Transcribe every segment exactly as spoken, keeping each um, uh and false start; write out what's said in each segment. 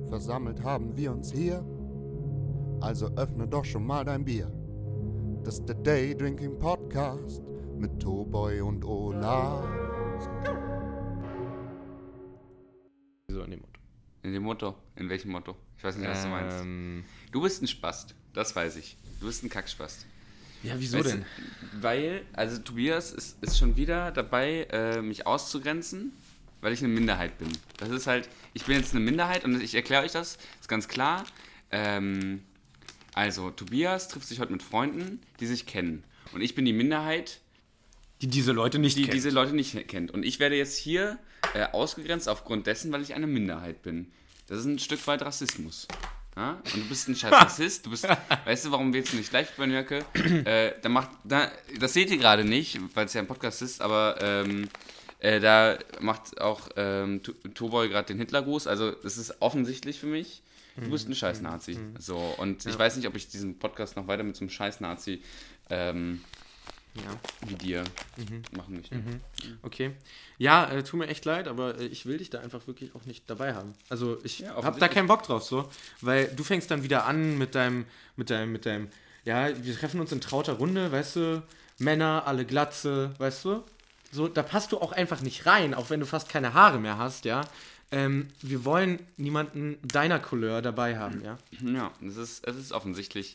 versammelt haben wir uns hier. Also öffne doch schon mal dein Bier. Das ist der Day Drinking Podcast mit Toboy und Olaf. So in dem Motto. In dem Motto? In welchem Motto? Ich weiß nicht, was du meinst. Ähm, Du bist ein Spast, das weiß ich. Du bist ein Kackspast. ja, wieso Weißt denn? du, weil, also Tobias ist, ist schon wieder dabei, äh, mich auszugrenzen, weil ich eine Minderheit bin. Das ist halt, ich bin jetzt eine Minderheit und ich erkläre euch das, ist ganz klar. Ähm, also, Tobias trifft sich heute mit Freunden, die sich kennen. Und ich bin die Minderheit, Die diese Leute nicht die kennt. diese Leute nicht kennt. Und ich werde jetzt hier äh, ausgegrenzt aufgrund dessen, weil ich eine Minderheit bin. Das ist ein Stück weit Rassismus. Ja? Und du bist ein scheiß Rassist. Du bist, weißt du, warum willst du nicht live bei Jörke? Äh, da macht, da, das seht ihr gerade nicht, weil es ja ein Podcast ist, aber ähm, äh, da macht auch ähm, Toboy gerade den Hitlergruß. Also das ist offensichtlich für mich. Du bist ein scheiß Nazi. So, und ich weiß nicht, ob ich diesen Podcast noch weiter mit so einem scheiß Nazi ähm, Ja. wie dir machen möchte. Okay. Ja, äh, tut mir echt leid, aber äh, ich will dich da einfach wirklich auch nicht dabei haben. Also ich Ja, hab da offensichtlich. keinen Bock drauf, so. Weil du fängst dann wieder an mit deinem, mit deinem, mit deinem, ja, wir treffen uns in trauter Runde, weißt du, Männer, alle Glatze, weißt du? So, da passt du auch einfach nicht rein, auch wenn du fast keine Haare mehr hast, ja. Ähm, wir wollen niemanden deiner Couleur dabei haben, ja. Ja, es ist, es ist offensichtlich.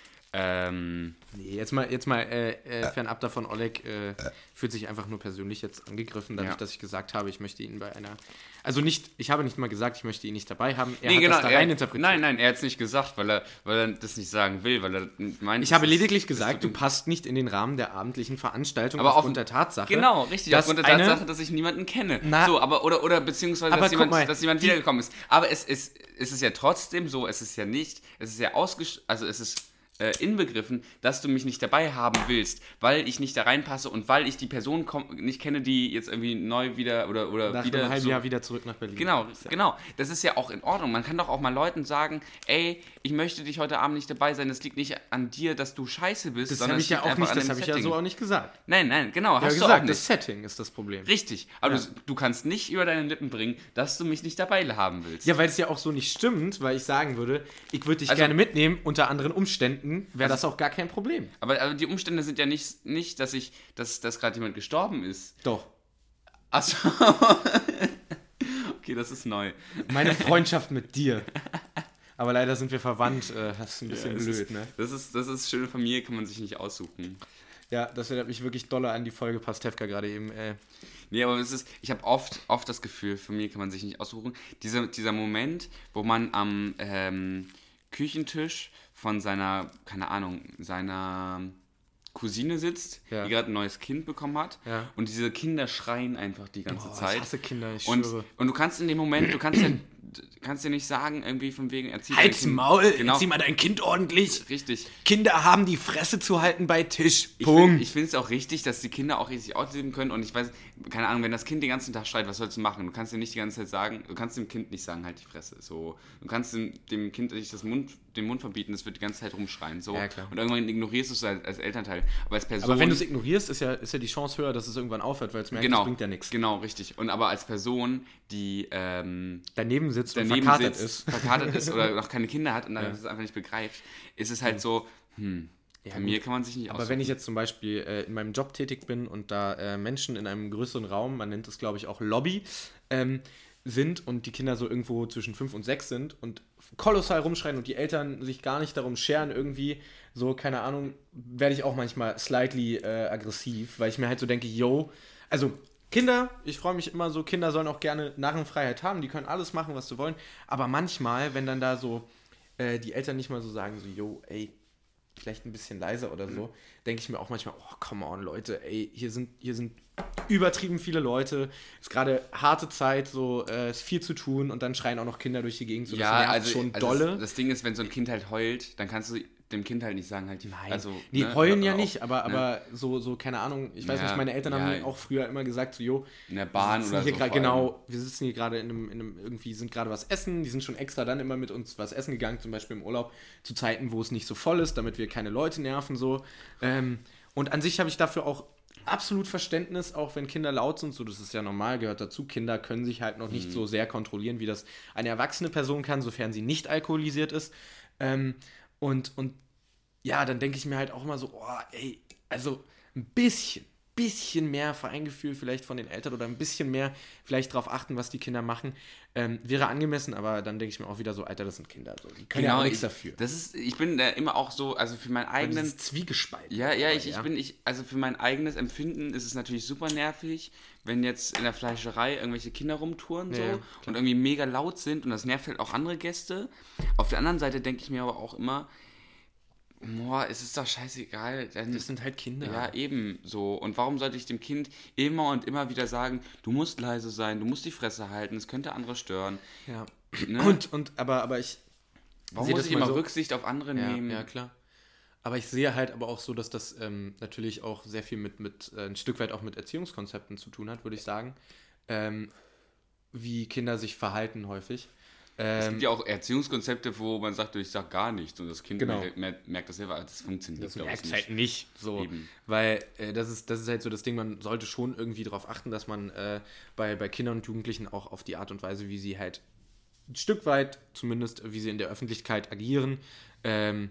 Ähm, Nee, jetzt mal, jetzt mal äh, äh, fernab davon, Oleg äh, fühlt sich einfach nur persönlich jetzt angegriffen, dadurch, Ja. dass ich gesagt habe, ich möchte ihn bei einer, also nicht, ich habe nicht mal gesagt, ich möchte ihn nicht dabei haben, er nee, hat genau. das da er, rein interpretiert. nein, nein, er hat es nicht gesagt, weil er, weil er das nicht sagen will, weil er meint. Ich habe es ist- lediglich es gesagt, du tut ihm- passt nicht in den Rahmen der abendlichen Veranstaltung Aber aufgrund auf- der Tatsache. Genau, richtig, dass aufgrund der eine- Tatsache, dass ich niemanden kenne. Na- so, aber, oder, oder beziehungsweise, Aber dass, guck jemand, mal, dass jemand die- wiedergekommen ist. Aber es ist, es ist ja trotzdem so, es ist ja nicht, es ist ja ausgesch... Also es ist äh, inbegriffen, dass du mich nicht dabei haben willst, weil ich nicht da reinpasse und weil ich die Person komm, nicht kenne, die jetzt irgendwie neu wieder oder, oder nach wieder einem halben so, Jahr wieder zurück nach Berlin. Genau, genau. Das ist ja auch in Ordnung. Man kann doch auch mal Leuten sagen, ey, ich möchte dich heute Abend nicht dabei sein. Das liegt nicht an dir, dass du scheiße bist, Das sondern habe es ich ja liegt auch einfach nicht, an das dem habe ich ja Setting. so auch nicht gesagt. Nein, nein, genau, Ich habe hast du auch gesagt, nicht. das Setting ist das Problem. Richtig, aber Ja. du, du kannst nicht über deine Lippen bringen, dass du mich nicht dabei haben willst. Ja, weil es ja auch so nicht stimmt, weil ich sagen würde, ich würde dich Also- gerne mitnehmen, unter anderen Umständen wäre Also- das auch gar kein Problem. Aber, aber die Umstände sind ja nicht, nicht dass ich, dass, dass gerade jemand gestorben ist. Doch. Achso. Okay, das ist neu. Meine Freundschaft mit dir. Aber leider sind wir verwandt, äh, das ist ein bisschen Ja, das blöd, ist, ne? Das ist, das ist schöne Familie, kann man sich nicht aussuchen. Ja, das erinnert mich wirklich doller an die Folge Pastewka gerade eben. Äh. Nee, aber es ist, ich habe oft, oft das Gefühl, Familie kann man sich nicht aussuchen. Dieser, dieser Moment, wo man am ähm, Küchentisch von seiner, keine Ahnung, seiner Cousine sitzt, Ja. die gerade ein neues Kind bekommen hat. Ja. Und diese Kinder schreien einfach die ganze Oh, Zeit. ich hasse Kinder, ich und, schwöre. und du kannst in dem Moment, du kannst ja, kannst ja nicht sagen, irgendwie von wegen, erzieht dein Halt's Kind. Maul, Genau, zieh mal dein Kind ordentlich. richtig. Kinder haben die Fresse zu halten bei Tisch. Ich Punkt. finde ich finde es auch richtig, dass die Kinder auch richtig ausleben können und ich weiß, keine Ahnung, wenn das Kind den ganzen Tag schreit, was sollst du machen? Du kannst dir nicht die ganze Zeit sagen, du kannst dem Kind nicht sagen, halt die Fresse. So, du kannst dem, dem Kind nicht das Mund, den Mund verbieten, das wird die ganze Zeit rumschreien. So. Ja, klar. Und irgendwann ignorierst du es als, als Elternteil. Aber als Person. Aber wenn du es ignorierst, ist ja, ist ja die Chance höher, dass es irgendwann aufhört, weil es merkt, genau, das bringt ja nichts. Genau, richtig. Und aber als Person, die ähm, Daneben sitzt und daneben verkatert sitzt, ist. verkatert ist oder noch keine Kinder hat und dann Ja. das einfach nicht begreift, ist es halt so, hm, Ja, Familie gut. kann man sich nicht Aber wenn ich jetzt zum Beispiel äh, in meinem Job tätig bin und da äh, Menschen in einem größeren Raum, man nennt es glaube ich auch Lobby, ähm, sind und die Kinder so irgendwo zwischen fünf und sechs sind und kolossal rumschreien und die Eltern sich gar nicht darum scheren irgendwie, so, keine Ahnung, werde ich auch manchmal slightly äh, aggressiv, weil ich mir halt so denke, yo, also Kinder, ich freue mich immer so, Kinder sollen auch gerne Narrenfreiheit haben, die können alles machen, was sie wollen, aber manchmal, wenn dann da so äh, die Eltern nicht mal so sagen, so, yo, ey, vielleicht ein bisschen leiser oder so, denke ich mir auch manchmal, oh, come on, Leute, ey, hier sind, hier sind übertrieben viele Leute, ist gerade harte Zeit, so, äh, ist viel zu tun und dann schreien auch noch Kinder durch die Gegend, so, ja, das nervt also, schon also dolle. Das, das Ding ist, wenn so ein Kind halt heult, dann kannst du dem Kind halt nicht sagen, halt die Nein, also, die ne, heulen ja auch, nicht, aber, ne, aber so, so, keine Ahnung, ich weiß Ja, nicht, meine Eltern haben ja. mir auch früher immer gesagt, so, jo, in der wir Bahn sitzen oder hier so. grad, vor allem. genau, wir sitzen hier gerade in einem, in einem, irgendwie sind gerade was essen, die sind schon extra dann immer mit uns was essen gegangen, zum Beispiel im Urlaub, zu Zeiten, wo es nicht so voll ist, damit wir keine Leute nerven, so, ähm, und an sich habe ich dafür auch absolut Verständnis, auch wenn Kinder laut sind, so, das ist ja normal, gehört dazu. Kinder können sich halt noch nicht Mhm. so sehr kontrollieren, wie das eine erwachsene Person kann, sofern sie nicht alkoholisiert ist. Ähm, und, und ja, dann denke ich mir halt auch immer so, oh, ey, also ein bisschen, bisschen mehr Feingefühl vielleicht von den Eltern oder ein bisschen mehr vielleicht darauf achten, was die Kinder machen, ähm, wäre angemessen, aber dann denke ich mir auch wieder so, Alter, das sind Kinder, so, die können ja auch nichts ich, dafür. Das ist, ich bin da immer auch so, also für meinen eigenen... Dieses Zwiegespalt. Ja, ja, ich, ja. ich bin, ich, also für mein eigenes Empfinden ist es natürlich super nervig, wenn jetzt in der Fleischerei irgendwelche Kinder rumtouren so Ja, und irgendwie mega laut sind und das nervt halt auch andere Gäste. Auf der anderen Seite denke ich mir aber auch immer, boah, es ist doch scheißegal. Dann, Das sind halt Kinder. ja, eben so. Und warum sollte ich dem Kind immer und immer wieder sagen, du musst leise sein, du musst die Fresse halten, es könnte andere stören. Ja. Ne? Und, und, aber, aber ich warum sehe muss das ich mal immer so- Rücksicht auf andere ja, nehmen? ja, klar. Aber ich sehe halt aber auch so, dass das ähm, natürlich auch sehr viel mit, mit äh, ein Stück weit auch mit Erziehungskonzepten zu tun hat, würde ich sagen. Ähm, wie Kinder sich verhalten häufig. Es Ähm, gibt ja auch Erziehungskonzepte, wo man sagt, ich sag gar nichts und das Kind Genau. merkt, merkt das selber, das funktioniert, das glaube ich, merkt nicht. halt nicht so. Eben. Weil äh, das, ist, das ist halt so das Ding, man sollte schon irgendwie darauf achten, dass man äh, bei, bei Kindern und Jugendlichen auch auf die Art und Weise, wie sie halt ein Stück weit, zumindest wie sie in der Öffentlichkeit agieren, ähm,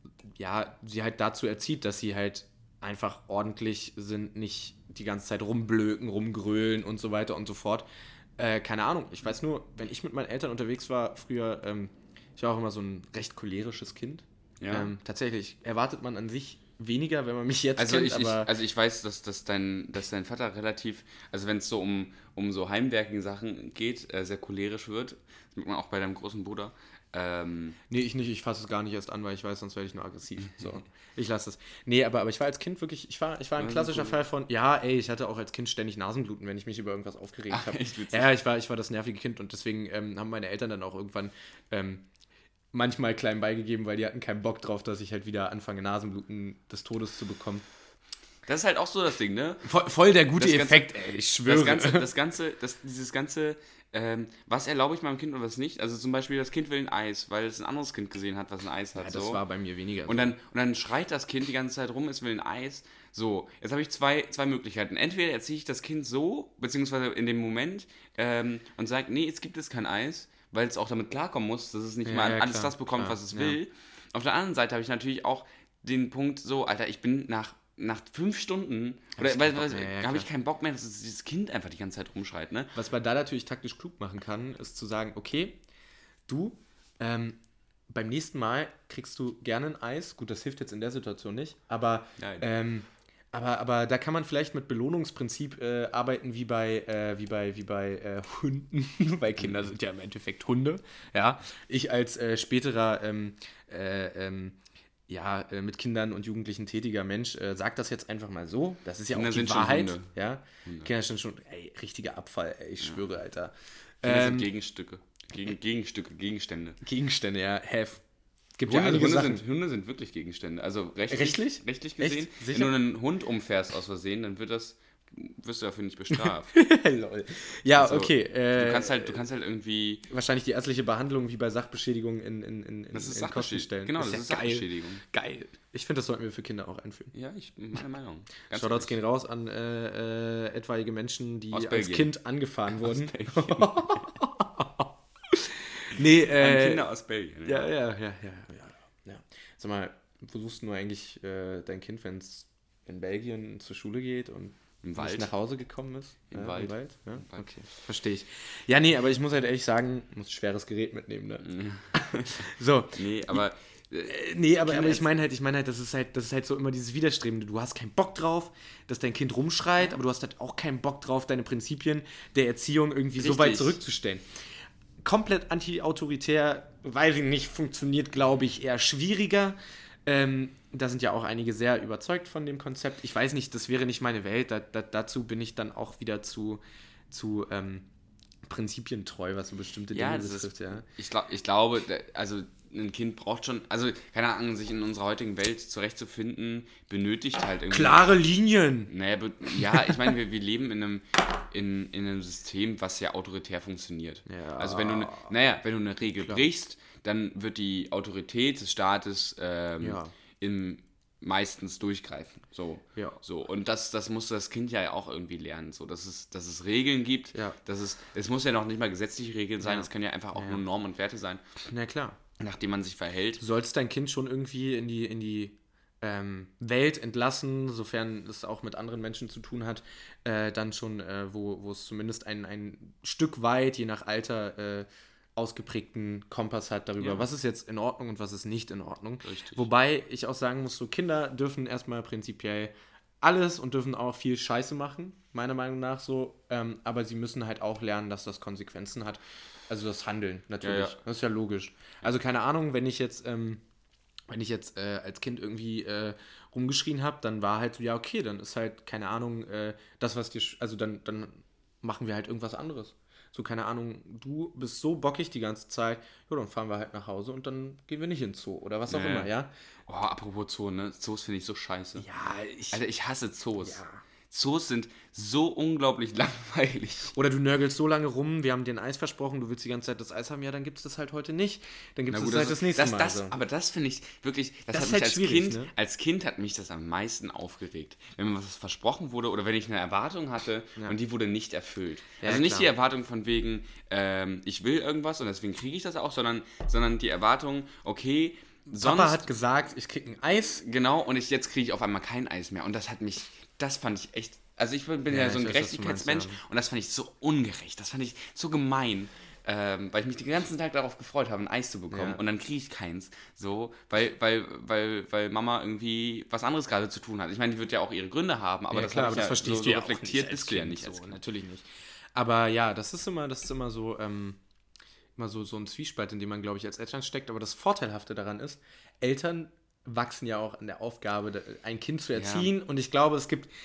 ja, sie halt dazu erzieht, dass sie halt einfach ordentlich sind, nicht die ganze Zeit rumblöken, rumgrölen und so weiter und so fort. Äh, keine Ahnung, ich weiß nur, wenn ich mit meinen Eltern unterwegs war, früher, ähm, ich war auch immer so ein recht cholerisches Kind. Ja. Ähm, tatsächlich erwartet man an sich weniger, wenn man mich jetzt Also, kennt, ich, ich, aber also ich weiß, dass, dass, dein, dass dein Vater relativ, also wenn es so um, um so heimwerkige Sachen geht, äh, sehr cholerisch wird. Das merkt man auch bei deinem großen Bruder. Ähm, nee, ich nicht, ich fasse es gar nicht erst an, weil ich weiß, sonst werde ich nur aggressiv. So, ich lasse es. Nee, aber, aber ich war als Kind wirklich, ich war, ich war ein Ja, klassischer cool. Fall von, ja, ey, ich hatte auch als Kind ständig Nasenbluten, wenn ich mich über irgendwas aufgeregt Ach, habe. echt witzig. Ja, ich war, ich war das nervige Kind und deswegen ähm, haben meine Eltern dann auch irgendwann ähm, manchmal klein beigegeben, weil die hatten keinen Bock drauf, dass ich halt wieder anfange, Nasenbluten des Todes zu bekommen. das ist halt auch so das Ding, ne? Voll, voll der gute Das Ganze- Effekt, ey, ich schwöre. Das Ganze, das Ganze, das, dieses Ganze, ähm, was erlaube ich meinem Kind und was nicht? Also zum Beispiel, das Kind will ein Eis, weil es ein anderes Kind gesehen hat, was ein Eis hat. ja, das so. war bei mir weniger. Und dann, und dann schreit das Kind die ganze Zeit rum, es will ein Eis. So, jetzt habe ich zwei, zwei Möglichkeiten. Entweder erziehe ich das Kind so, beziehungsweise in dem Moment, ähm, und sage, nee, jetzt gibt es kein Eis, weil es auch damit klarkommen muss, dass es nicht Ja, mal ja, alles klar, das bekommt, klar, was es ja. will. Auf der anderen Seite habe ich natürlich auch den Punkt so, Alter, ich bin nach, nach fünf Stunden, oder ich weil, keinen Bock weil, mehr, ja, habe klar. ich keinen Bock mehr, dass es dieses Kind einfach die ganze Zeit rumschreit, ne? Was man da natürlich taktisch klug machen kann, ist zu sagen, okay, du, ähm, beim nächsten Mal kriegst du gerne ein Eis. Gut, das hilft jetzt in der Situation nicht, aber, Nein. ähm, aber, aber da kann man vielleicht mit Belohnungsprinzip äh, arbeiten wie bei, äh, wie bei, wie bei äh, Hunden, weil Kinder sind ja im Endeffekt Hunde. Ja, ich als äh, späterer ähm, äh, ähm, ja, äh, mit Kindern und Jugendlichen tätiger Mensch, äh, sag das jetzt einfach mal so. Das ist ja Kinder auch die sind schon Wahrheit. Hunde. Ja? Kinder sind schon, ey, richtiger Abfall, ey, ich schwöre, Alter. Kinder Ähm, sind Gegenstücke. Gegen, Gegenstücke, Gegenstände. Gegenstände, ja, have. Gibt Hunde, ja einige Hunde, Sachen. sind, Hunde sind wirklich Gegenstände. Also rechtlich, Rechtlich? rechtlich Echt? gesehen, Sicher? wenn du einen Hund umfährst aus Versehen, dann wird das, wirst du dafür nicht bestraft. Lol. Ja, Also, okay. Äh, Du kannst halt, du kannst halt irgendwie. wahrscheinlich die ärztliche Behandlung wie bei Sachbeschädigung in, in, in, in, Das ist in Kosten stellen. Sachbeschädigung. Genau, das ja ist geil. Sachbeschädigung. Geil. Ich finde, das sollten wir für Kinder auch einführen. Ja, ich, meine Meinung. Ganz Shoutouts ehrlich. gehen raus an äh, äh, etwaige Menschen, die Aus als Belgien. Kind angefahren wurden. Belgien. nee, An äh, Kinder aus Belgien. ja, ja, ja, ja, ja, ja. Sag mal, versuchst du nur eigentlich äh, dein Kind, wenn es in Belgien zur Schule geht und Im nicht Wald. nach Hause gekommen ist? Im ja, Wald. Im Wald? Ja? Im Wald. Okay, verstehe ich. Ja, nee, aber ich muss halt ehrlich sagen, ich muss ein schweres Gerät mitnehmen, ne? So, Nee, aber. äh, nee, aber, Kinder aber ich jetzt- meine halt, ich meine halt, das ist halt, das ist halt so immer dieses Widerstrebende. Du hast keinen Bock drauf, dass dein Kind rumschreit, aber du hast halt auch keinen Bock drauf, deine Prinzipien der Erziehung irgendwie so weit Richtig. zurückzustellen. Komplett anti-autoritär, weiß ich nicht, funktioniert, glaube ich, eher schwieriger. Ähm, da sind ja auch einige sehr überzeugt von dem Konzept. Ich weiß nicht, das wäre nicht meine Welt. Da, da, dazu bin ich dann auch wieder zu, zu ähm, prinzipientreu, was so bestimmte Ja, Dinge das ist, betrifft. Ja. ich, glaub, ich glaube, da- also ein Kind braucht schon, also keine Ahnung, sich in unserer heutigen Welt zurechtzufinden, benötigt halt irgendwie. Klare Linien! Naja, be- ja, ich meine, wir, wir leben in einem, in, in einem System, was ja autoritär funktioniert. Ja. Also wenn du, ne, naja, wenn du eine Regel brichst, dann wird die Autorität des Staates ähm, Ja. im, meistens durchgreifen. So. Ja. So. Und das, das muss das Kind ja auch irgendwie lernen. So, dass es, dass es Regeln gibt. Ja. Dass es, es muss ja noch nicht mal gesetzliche Regeln sein, Ja. es können ja einfach auch Ja. nur Normen und Werte sein, Na klar. nachdem man sich verhält. Du sollst dein Kind schon irgendwie in die, in die ähm, Welt entlassen, sofern es auch mit anderen Menschen zu tun hat, äh, dann schon, äh, wo, wo es zumindest ein, ein Stück weit, je nach Alter, äh, ausgeprägten Kompass hat darüber, Ja. was ist jetzt in Ordnung und was ist nicht in Ordnung. Richtig. Wobei ich auch sagen muss, so Kinder dürfen erstmal prinzipiell alles und dürfen auch viel Scheiße machen, meiner Meinung nach so, ähm, aber sie müssen halt auch lernen, dass das Konsequenzen hat. Also das Handeln, natürlich. Ja, ja. Das ist ja logisch. Also keine Ahnung, wenn ich jetzt, ähm, wenn ich jetzt äh, als Kind irgendwie äh, rumgeschrien habe, dann war halt so, ja okay, dann ist halt, keine Ahnung, äh, das, was dir, sch- also dann, dann machen wir halt irgendwas anderes. So, keine Ahnung, du bist so bockig die ganze Zeit, ja, dann fahren wir halt nach Hause und dann gehen wir nicht ins Zoo oder was auch Ja. immer, ja? Oh, apropos Zoo, ne? Zoos finde ich so scheiße. Ja, ich... Alter, ich hasse Zoos. Ja. Zoos sind so unglaublich langweilig. Oder du nörgelst so lange rum, wir haben dir ein Eis versprochen, du willst die ganze Zeit das Eis haben, ja, dann gibt es das halt heute nicht. Dann gibt es das halt das nächste das, Mal. das, so. Aber das finde ich wirklich, das, Das hat ist mich halt als schwierig, Kind, ne? als Kind hat mich das am meisten aufgeregt. Wenn mir was versprochen wurde oder wenn ich eine Erwartung hatte Ja. und die wurde nicht erfüllt. Ja, also nicht klar. die Erwartung von wegen, ähm, ich will irgendwas und deswegen kriege ich das auch, sondern, sondern die Erwartung, okay, sonst... Papa hat gesagt, ich krieg ein Eis. Genau, und ich, jetzt kriege ich auf einmal kein Eis mehr. Und das hat mich, das fand ich echt, also ich bin ja, Ja, so ich ein weiß, was du meinst, Gerechtigkeitsmensch ja. und das fand ich so ungerecht, das fand ich so gemein, ähm, weil ich mich den ganzen Tag darauf gefreut habe, ein Eis zu bekommen Ja. und dann kriege ich keins, so, weil, weil, weil, weil Mama irgendwie was anderes gerade zu tun hat. Ich meine, die wird ja auch ihre Gründe haben, aber Ja, das, klar, hab aber ich das ja verstehst so, du so ja auch reflektiert nicht als bist du ja Kind nicht als so, Kind. natürlich nicht. Aber ja, das ist immer, das ist immer so, ähm, immer so, so ein Zwiespalt, in dem man, glaube ich, als Eltern steckt. Aber das Vorteilhafte daran ist, Eltern wachsen ja auch an der Aufgabe, da- ein Kind zu erziehen. Und ich glaube, es gibt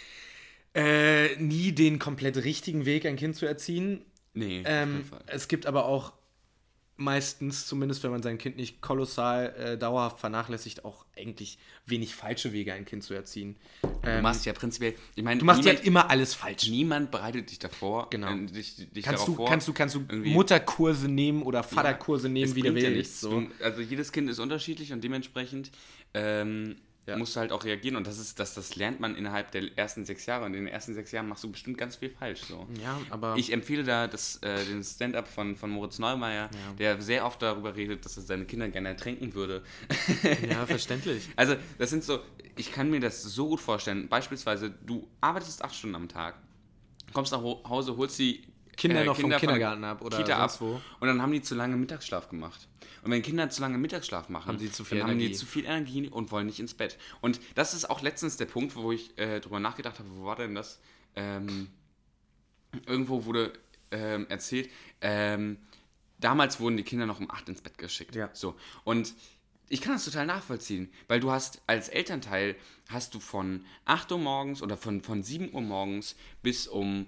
äh, nie den komplett richtigen Weg, ein Kind zu erziehen. Nee, auf Ähm, jeden Fall. es gibt aber auch meistens, zumindest wenn man sein Kind nicht kolossal äh, dauerhaft vernachlässigt, auch eigentlich wenig falsche Wege, ein Kind zu erziehen. Du Ähm, machst ja prinzipiell, ich meine, du machst niemand, ja immer alles falsch. niemand bereitet dich davor, Genau. äh, dich, dich Kannst darauf du, vor. kannst du, kannst du irgendwie- Mutterkurse nehmen oder Vaterkurse nehmen, es wie du bringt ja willst. nichts. So. Du- Also jedes Kind ist unterschiedlich und dementsprechend ähm, Ja. musst du halt auch reagieren und das ist, das, das lernt man innerhalb der ersten sechs Jahre und in den ersten sechs Jahren machst du bestimmt ganz viel falsch. So. Ja, aber Ich empfehle da das, äh, den Stand-up von, von Moritz Neumeier, Ja. der sehr oft darüber redet, dass er seine Kinder gerne ertränken würde. ja, verständlich. Also das sind so, ich kann mir das so gut vorstellen. Beispielsweise, du arbeitest acht Stunden am Tag, kommst nach Ho- Hause, holst die Kinder äh, noch vom Kinder von der Kindergarten ab oder Kita sonst ab wo. und dann haben die zu lange Mittagsschlaf gemacht. Und wenn Kinder zu lange Mittagsschlaf machen, Haben sie zu viel dann haben die Energie. zu viel Energie und wollen nicht ins Bett. Und das ist auch letztens der Punkt, wo ich äh, drüber nachgedacht habe, wo war denn das? Ähm, irgendwo wurde ähm, erzählt, ähm, damals wurden die Kinder noch um acht ins Bett geschickt. Ja. So. Und ich kann das total nachvollziehen, weil du hast als Elternteil, hast du von acht Uhr morgens oder von, von sieben Uhr morgens bis um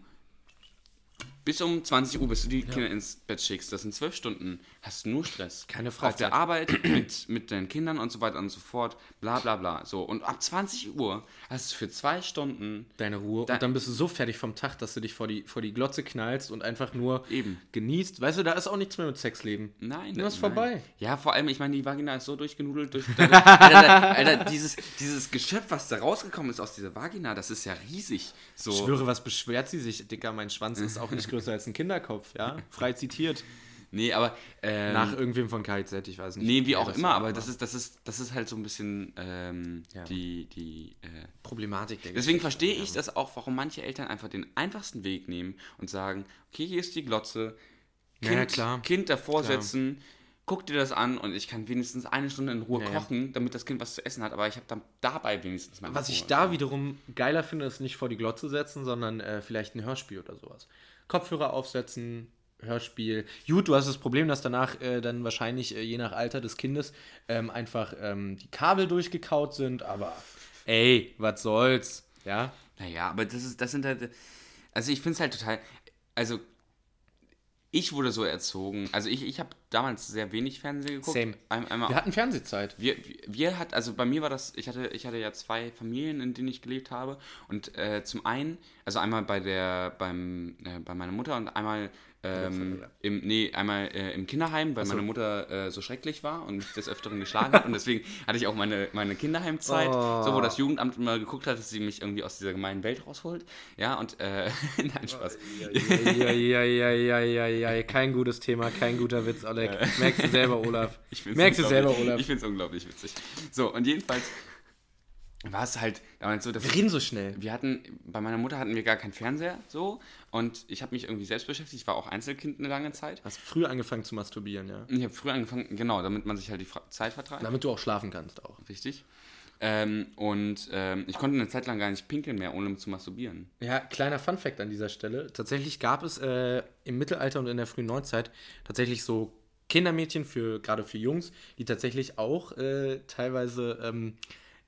bis um zwanzig Uhr, bis du die Kinder ins Bett schickst. Das sind zwölf Stunden. Hast du nur Stress. Keine Auf Freizeit. der Arbeit mit, mit deinen Kindern und so weiter und so fort. Bla bla bla. So. Und ab zwanzig Uhr hast du für zwei Stunden Deine Ruhe. Da- und dann bist du so fertig vom Tag, dass du dich vor die, vor die Glotze knallst und einfach nur Eben. genießt. Weißt du, da ist auch nichts mehr mit Sexleben. Nein, Du ist nein. vorbei. Ja, vor allem, ich meine, die Vagina ist so durchgenudelt. Durch, Alter, Alter, Alter, dieses, dieses Geschöpf, was da rausgekommen ist aus dieser Vagina, das ist ja riesig. So. Ich schwöre, was beschwert sie sich? Dicker, mein Schwanz ist auch nicht größer als ein Kinderkopf, ja? Frei zitiert. Nee, aber. Ähm, Nach irgendwem von K I Z, ich weiß nicht. nee, wie wer auch das immer, war, aber das ist, das, ist, das ist halt so ein bisschen ähm, Ja. die. die äh, Problematik der Deswegen Geschichte. verstehe ich das auch, warum manche Eltern einfach den einfachsten Weg nehmen und sagen: Okay, hier ist die Glotze, Ja, Kind, ja, klar. kind davor Klar. setzen, guck dir das an und ich kann wenigstens eine Stunde in Ruhe Ja, ja. kochen, damit das Kind was zu essen hat, aber ich habe dann dabei wenigstens meine Was Ruhe. ich da wiederum geiler finde, ist nicht vor die Glotze setzen, sondern äh, vielleicht ein Hörspiel oder sowas. Kopfhörer aufsetzen, Hörspiel. Gut, du hast das Problem, dass danach äh, dann wahrscheinlich, äh, je nach Alter des Kindes, ähm, einfach ähm, die Kabel durchgekaut sind, aber ey, was soll's, ja? Naja, aber das ist, das sind halt, also ich finde es halt total, also ich wurde so erzogen, also ich, ich habe damals sehr wenig Fernsehen geguckt. Same. Ein, einmal, Wir hatten Fernsehzeit. wir, wir, wir hat, also bei mir war das, ich hatte, ich hatte ja zwei Familien, in denen ich gelebt habe und äh, zum einen, also einmal bei der, beim, äh, bei meiner Mutter und einmal Ähm, im, nee, einmal äh, im Kinderheim, weil so. meine Mutter äh, so schrecklich war und mich des Öfteren geschlagen hat. Und deswegen hatte ich auch meine, meine Kinderheimzeit, oh. so, wo das Jugendamt immer geguckt hat, dass sie mich irgendwie aus dieser gemeinen Welt rausholt. Ja, und, äh, nein, Spaß. Ja, ja, ja, ja, ja, ja, kein gutes Thema, kein guter Witz, Oleg. Merkst du selber, Olaf. Ich find's Merkst du selber, Olaf. Ich find's unglaublich witzig. So, und jedenfalls war es halt damals so, dass wir reden so schnell. Wir hatten, bei meiner Mutter hatten wir gar keinen Fernseher, so, und ich habe mich irgendwie selbst beschäftigt, ich war auch Einzelkind eine lange Zeit. Hast früh angefangen zu masturbieren, ja? Ich habe früh angefangen, genau, damit man sich halt die Fra- Zeit vertreibt. Damit du auch schlafen kannst auch. Richtig. Ähm, und ähm, ich konnte eine Zeit lang gar nicht pinkeln mehr, ohne zu masturbieren. Ja, kleiner Funfact an dieser Stelle. Tatsächlich gab es äh, im Mittelalter und in der frühen Neuzeit tatsächlich so Kindermädchen, für gerade für Jungs, die tatsächlich auch äh, teilweise ähm,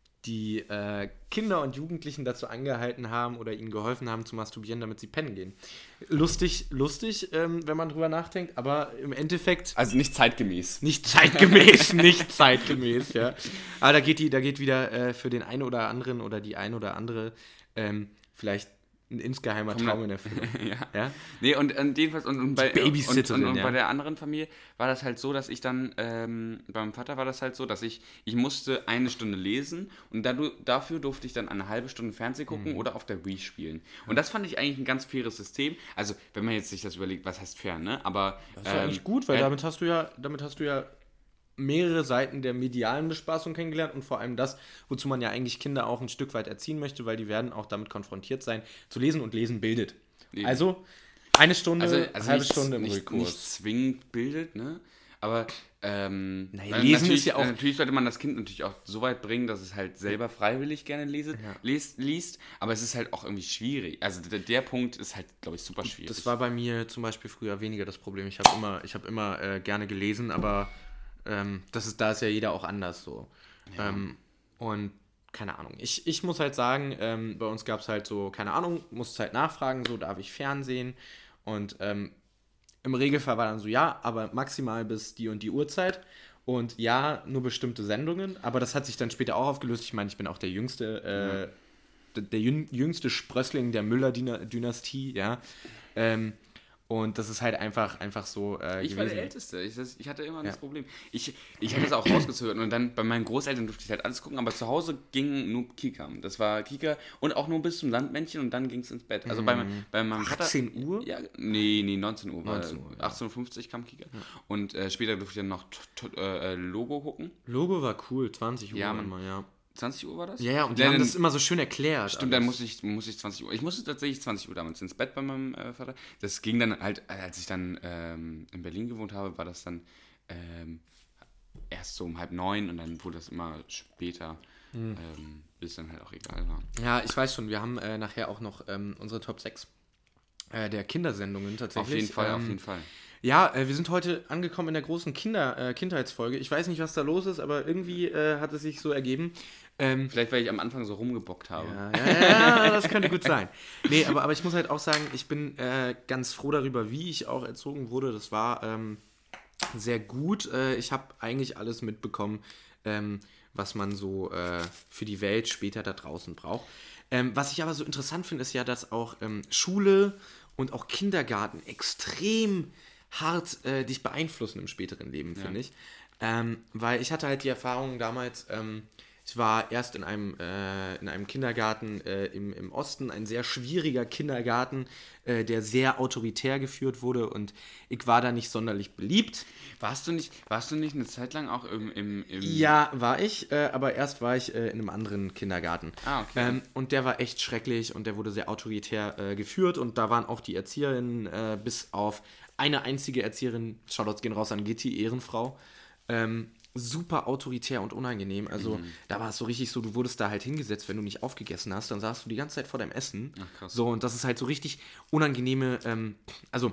die äh, Kinder und Jugendlichen dazu angehalten haben oder ihnen geholfen haben zu masturbieren, damit sie pennen gehen. Lustig, lustig, ähm, wenn man drüber nachdenkt, aber im Endeffekt... Also nicht zeitgemäß. Nicht zeitgemäß, nicht zeitgemäß, ja. Aber da geht, die, da geht wieder äh, für den einen oder anderen oder die ein oder andere ähm, vielleicht ein insgeheimer Komm, Traum in Erfüllung. ja. ja. Nee, und, und jedenfalls, und, und, bei, Babysitterin, und, und, und ja. bei der anderen Familie war das halt so, dass ich dann, ähm, beim Vater war das halt so, dass ich, ich musste eine Stunde lesen und dadu, dafür durfte ich dann eine halbe Stunde Fernsehen gucken mhm. oder auf der Wii spielen. Und das fand ich eigentlich ein ganz faires System. Also, wenn man jetzt sich das überlegt, was heißt fair, ne? Aber das ist ähm, eigentlich gut, weil äh, damit hast du ja, damit hast du ja mehrere Seiten der medialen Bespaßung kennengelernt und vor allem das, wozu man ja eigentlich Kinder auch ein Stück weit erziehen möchte, weil die werden auch damit konfrontiert sein, zu lesen und lesen bildet. Eben. Also eine Stunde, also, also halbe nicht, Stunde im nicht, Rückkurs. Nicht zwingend bildet, ne? Aber ähm, naja, lesen ist ja auch... Natürlich sollte man das Kind natürlich auch so weit bringen, dass es halt selber freiwillig gerne lese, ja. liest, liest, aber es ist halt auch irgendwie schwierig. Also der, der Punkt ist halt, glaube ich, super schwierig. Das war bei mir zum Beispiel früher weniger das Problem. Ich habe immer, ich hab immer äh, gerne gelesen, aber ähm, das ist, da ist ja jeder auch anders so. Ja. Ähm, und keine Ahnung. Ich, ich muss halt sagen, ähm, bei uns gab es halt so, keine Ahnung, musste halt nachfragen, so darf ich Fernsehen und ähm, im Regelfall war dann so, ja, aber maximal bis die und die Uhrzeit und ja, nur bestimmte Sendungen, aber das hat sich dann später auch aufgelöst. Ich meine, ich bin auch der jüngste, äh, mhm. der, der jüngste Sprössling der Müller-Dynastie, ja, ähm, und das ist halt einfach, einfach so äh, Ich gewesen. war der Älteste. Ich, das, ich hatte immer ja. das Problem. Ich, ich habe das auch rausgezögert und dann bei meinen Großeltern durfte ich halt alles gucken, aber zu Hause ging nur Kika. Das war Kika und auch nur bis zum Sandmännchen und dann ging es ins Bett. Also bei, bei meinem Vater... achtzehn Uhr? Ja, nee, nee, neunzehn Uhr. neunzehn Uhr, ja. achtzehn Uhr fünfzig kam Kika. Ja. Und äh, später durfte ich dann noch t- t- äh, Logo gucken. Logo war cool, zwanzig Uhr ja, immer, ja. zwanzig Uhr war das? Ja, ja, und die ja, haben das immer so schön erklärt. Stimmt, alles. Dann musste ich, musste ich zwanzig Uhr. Ich musste tatsächlich zwanzig Uhr damals ins Bett bei meinem äh, Vater. Das ging dann halt, als ich dann ähm, in Berlin gewohnt habe, war das dann ähm, erst so um halb neun und dann wurde das immer später, hm. ähm, bis dann halt auch egal war. Ja, ich weiß schon, wir haben äh, nachher auch noch ähm, unsere Top sechs äh, der Kindersendungen tatsächlich. Auf jeden Fall, ähm, auf jeden Fall. Ja, äh, wir sind heute angekommen in der großen Kinder, äh, Kindheitsfolge. Ich weiß nicht, was da los ist, aber irgendwie äh, hat es sich so ergeben. Ähm, Vielleicht, weil ich am Anfang so rumgebockt habe. Ja, ja, ja, das könnte gut sein. Nee, aber, aber ich muss halt auch sagen, ich bin äh, ganz froh darüber, wie ich auch erzogen wurde. Das war ähm, sehr gut. Äh, ich habe eigentlich alles mitbekommen, ähm, was man so äh, für die Welt später da draußen braucht. Ähm, was ich aber so interessant finde, ist ja, dass auch ähm, Schule und auch Kindergarten extrem hart äh, dich beeinflussen im späteren Leben, finde ja. ich. Ähm, weil ich hatte halt die Erfahrung damals, ähm, ich war erst in einem, äh, in einem Kindergarten äh, im, im Osten, ein sehr schwieriger Kindergarten, äh, der sehr autoritär geführt wurde und ich war da nicht sonderlich beliebt. Warst du nicht, warst du nicht eine Zeit lang auch im... im, im Ja, war ich, äh, aber erst war ich äh, in einem anderen Kindergarten. Ah, okay. Ähm, und der war echt schrecklich und der wurde sehr autoritär äh, geführt und da waren auch die Erzieherinnen äh, bis auf eine einzige Erzieherin, Shoutouts gehen raus an Gitti, Ehrenfrau, ähm, super autoritär und unangenehm. Also mhm. da war es so richtig so, du wurdest da halt hingesetzt, wenn du nicht aufgegessen hast, dann saßt du die ganze Zeit vor deinem Essen. Ach, krass. So, und das ist halt so richtig unangenehme, ähm, also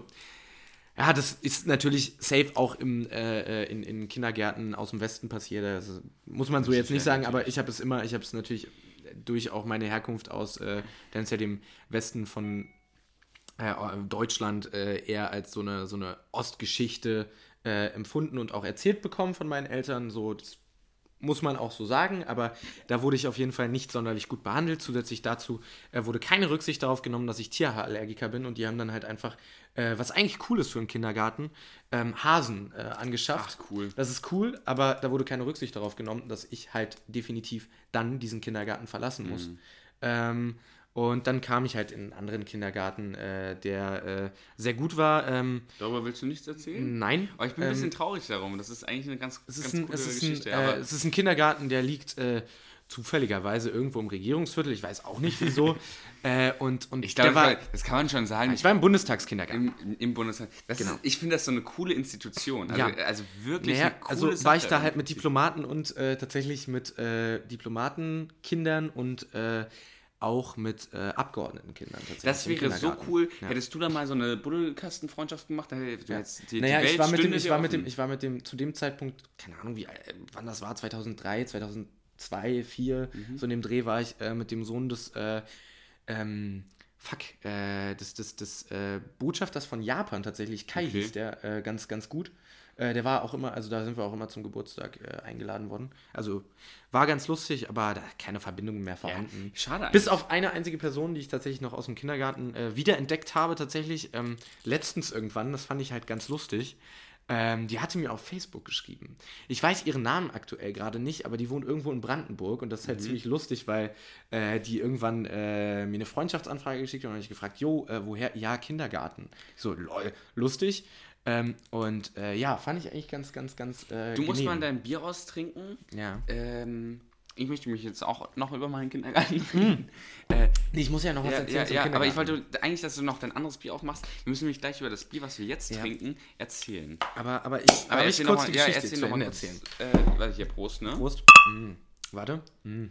ja, das ist natürlich safe auch im, äh, in, in Kindergärten aus dem Westen passiert. Das muss man so jetzt nicht sagen, aber ich habe es immer, ich habe es natürlich durch auch meine Herkunft aus, äh, tendenziell dem Westen von äh, Deutschland äh, eher als so eine, so eine Ostgeschichte äh, empfunden und auch erzählt bekommen von meinen Eltern. So, das muss man auch so sagen, aber da wurde ich auf jeden Fall nicht sonderlich gut behandelt. Zusätzlich dazu äh, wurde keine Rücksicht darauf genommen, dass ich Tierhaarallergiker bin und die haben dann halt einfach, äh, was eigentlich cool ist für einen Kindergarten, ähm, Hasen äh, angeschafft. Ach, cool. Das ist cool, aber da wurde keine Rücksicht darauf genommen, dass ich halt definitiv dann diesen Kindergarten verlassen muss. Mhm. Ähm, und dann kam ich halt in einen anderen Kindergarten, äh, der äh, sehr gut war. Ähm, Darüber willst du nichts erzählen? nein. Aber ich bin ein bisschen ähm, traurig darum. Das ist eigentlich eine ganz, Es ganz ist, ein, coole es, ist Geschichte. ein, äh, aber es ist ein Kindergarten, der liegt äh, zufälligerweise irgendwo im Regierungsviertel. Ich weiß auch nicht wieso. äh, und, und ich glaube, der war, das, das kann man schon sagen. ich war im Bundestagskindergarten. Im, im Bundestag. Das Genau. ist, ich finde das so eine coole Institution. Also, Ja. also wirklich Naja, eine coole also Sache. war ich da halt mit Diplomaten und äh, tatsächlich mit äh, Diplomatenkindern und äh, auch mit äh, Abgeordnetenkindern tatsächlich. Das im wäre so Kindergarten. cool. Ja. Hättest du da mal so eine Buddelkastenfreundschaft gemacht? Da hättest du Ja. jetzt die, naja, die ich war, mit dem, stünde ich, dir war mit offen. dem, ich war mit dem, zu dem Zeitpunkt, keine Ahnung, wie, äh, wann das war, zweitausenddrei, zweitausendzwei, zweitausendvier, Mhm. so in dem Dreh war ich äh, mit dem Sohn des, äh, ähm, fuck, äh, des, des, des äh, Botschafters von Japan tatsächlich, Kai Okay. hieß der, äh, ganz, ganz gut. Äh, der war auch immer, also da sind wir auch immer zum Geburtstag äh, eingeladen worden. Also war ganz lustig, aber da keine Verbindung mehr vorhanden. Schade eigentlich. Bis auf eine einzige Person, die ich tatsächlich noch aus dem Kindergarten äh, wiederentdeckt habe, tatsächlich. Ähm, letztens irgendwann, das fand ich halt ganz lustig. Ähm, die hatte mir auf Facebook geschrieben. Ich weiß ihren Namen aktuell gerade nicht, aber die wohnt irgendwo in Brandenburg und das ist halt Mhm. ziemlich lustig, weil äh, die irgendwann äh, mir eine Freundschaftsanfrage geschickt hat und dann habe ich gefragt, jo, äh, woher? Ja, Kindergarten. Ich so, lol, lustig. Ähm, und äh, ja, fand ich eigentlich ganz, ganz, ganz äh, Du musst genehm. mal dein Bier austrinken. Ja. Ähm, ich möchte mich jetzt auch noch über meinen Kindergarten reden. Äh, Nee, ich muss ja noch was ja, erzählen ja, zum ja, aber ich Kindergarten. wollte eigentlich, dass du noch dein anderes Bier aufmachst. Wir müssen nämlich gleich über das Bier, was wir jetzt Ja. trinken, erzählen. Aber, aber ich, Aber darf ich erzähl kurz noch mal, die ja, Geschichte erzähl zu noch mal Ende kurz, erzählen. Äh, warte, hier, Prost, ne? Prost. Mm. Warte. Mm.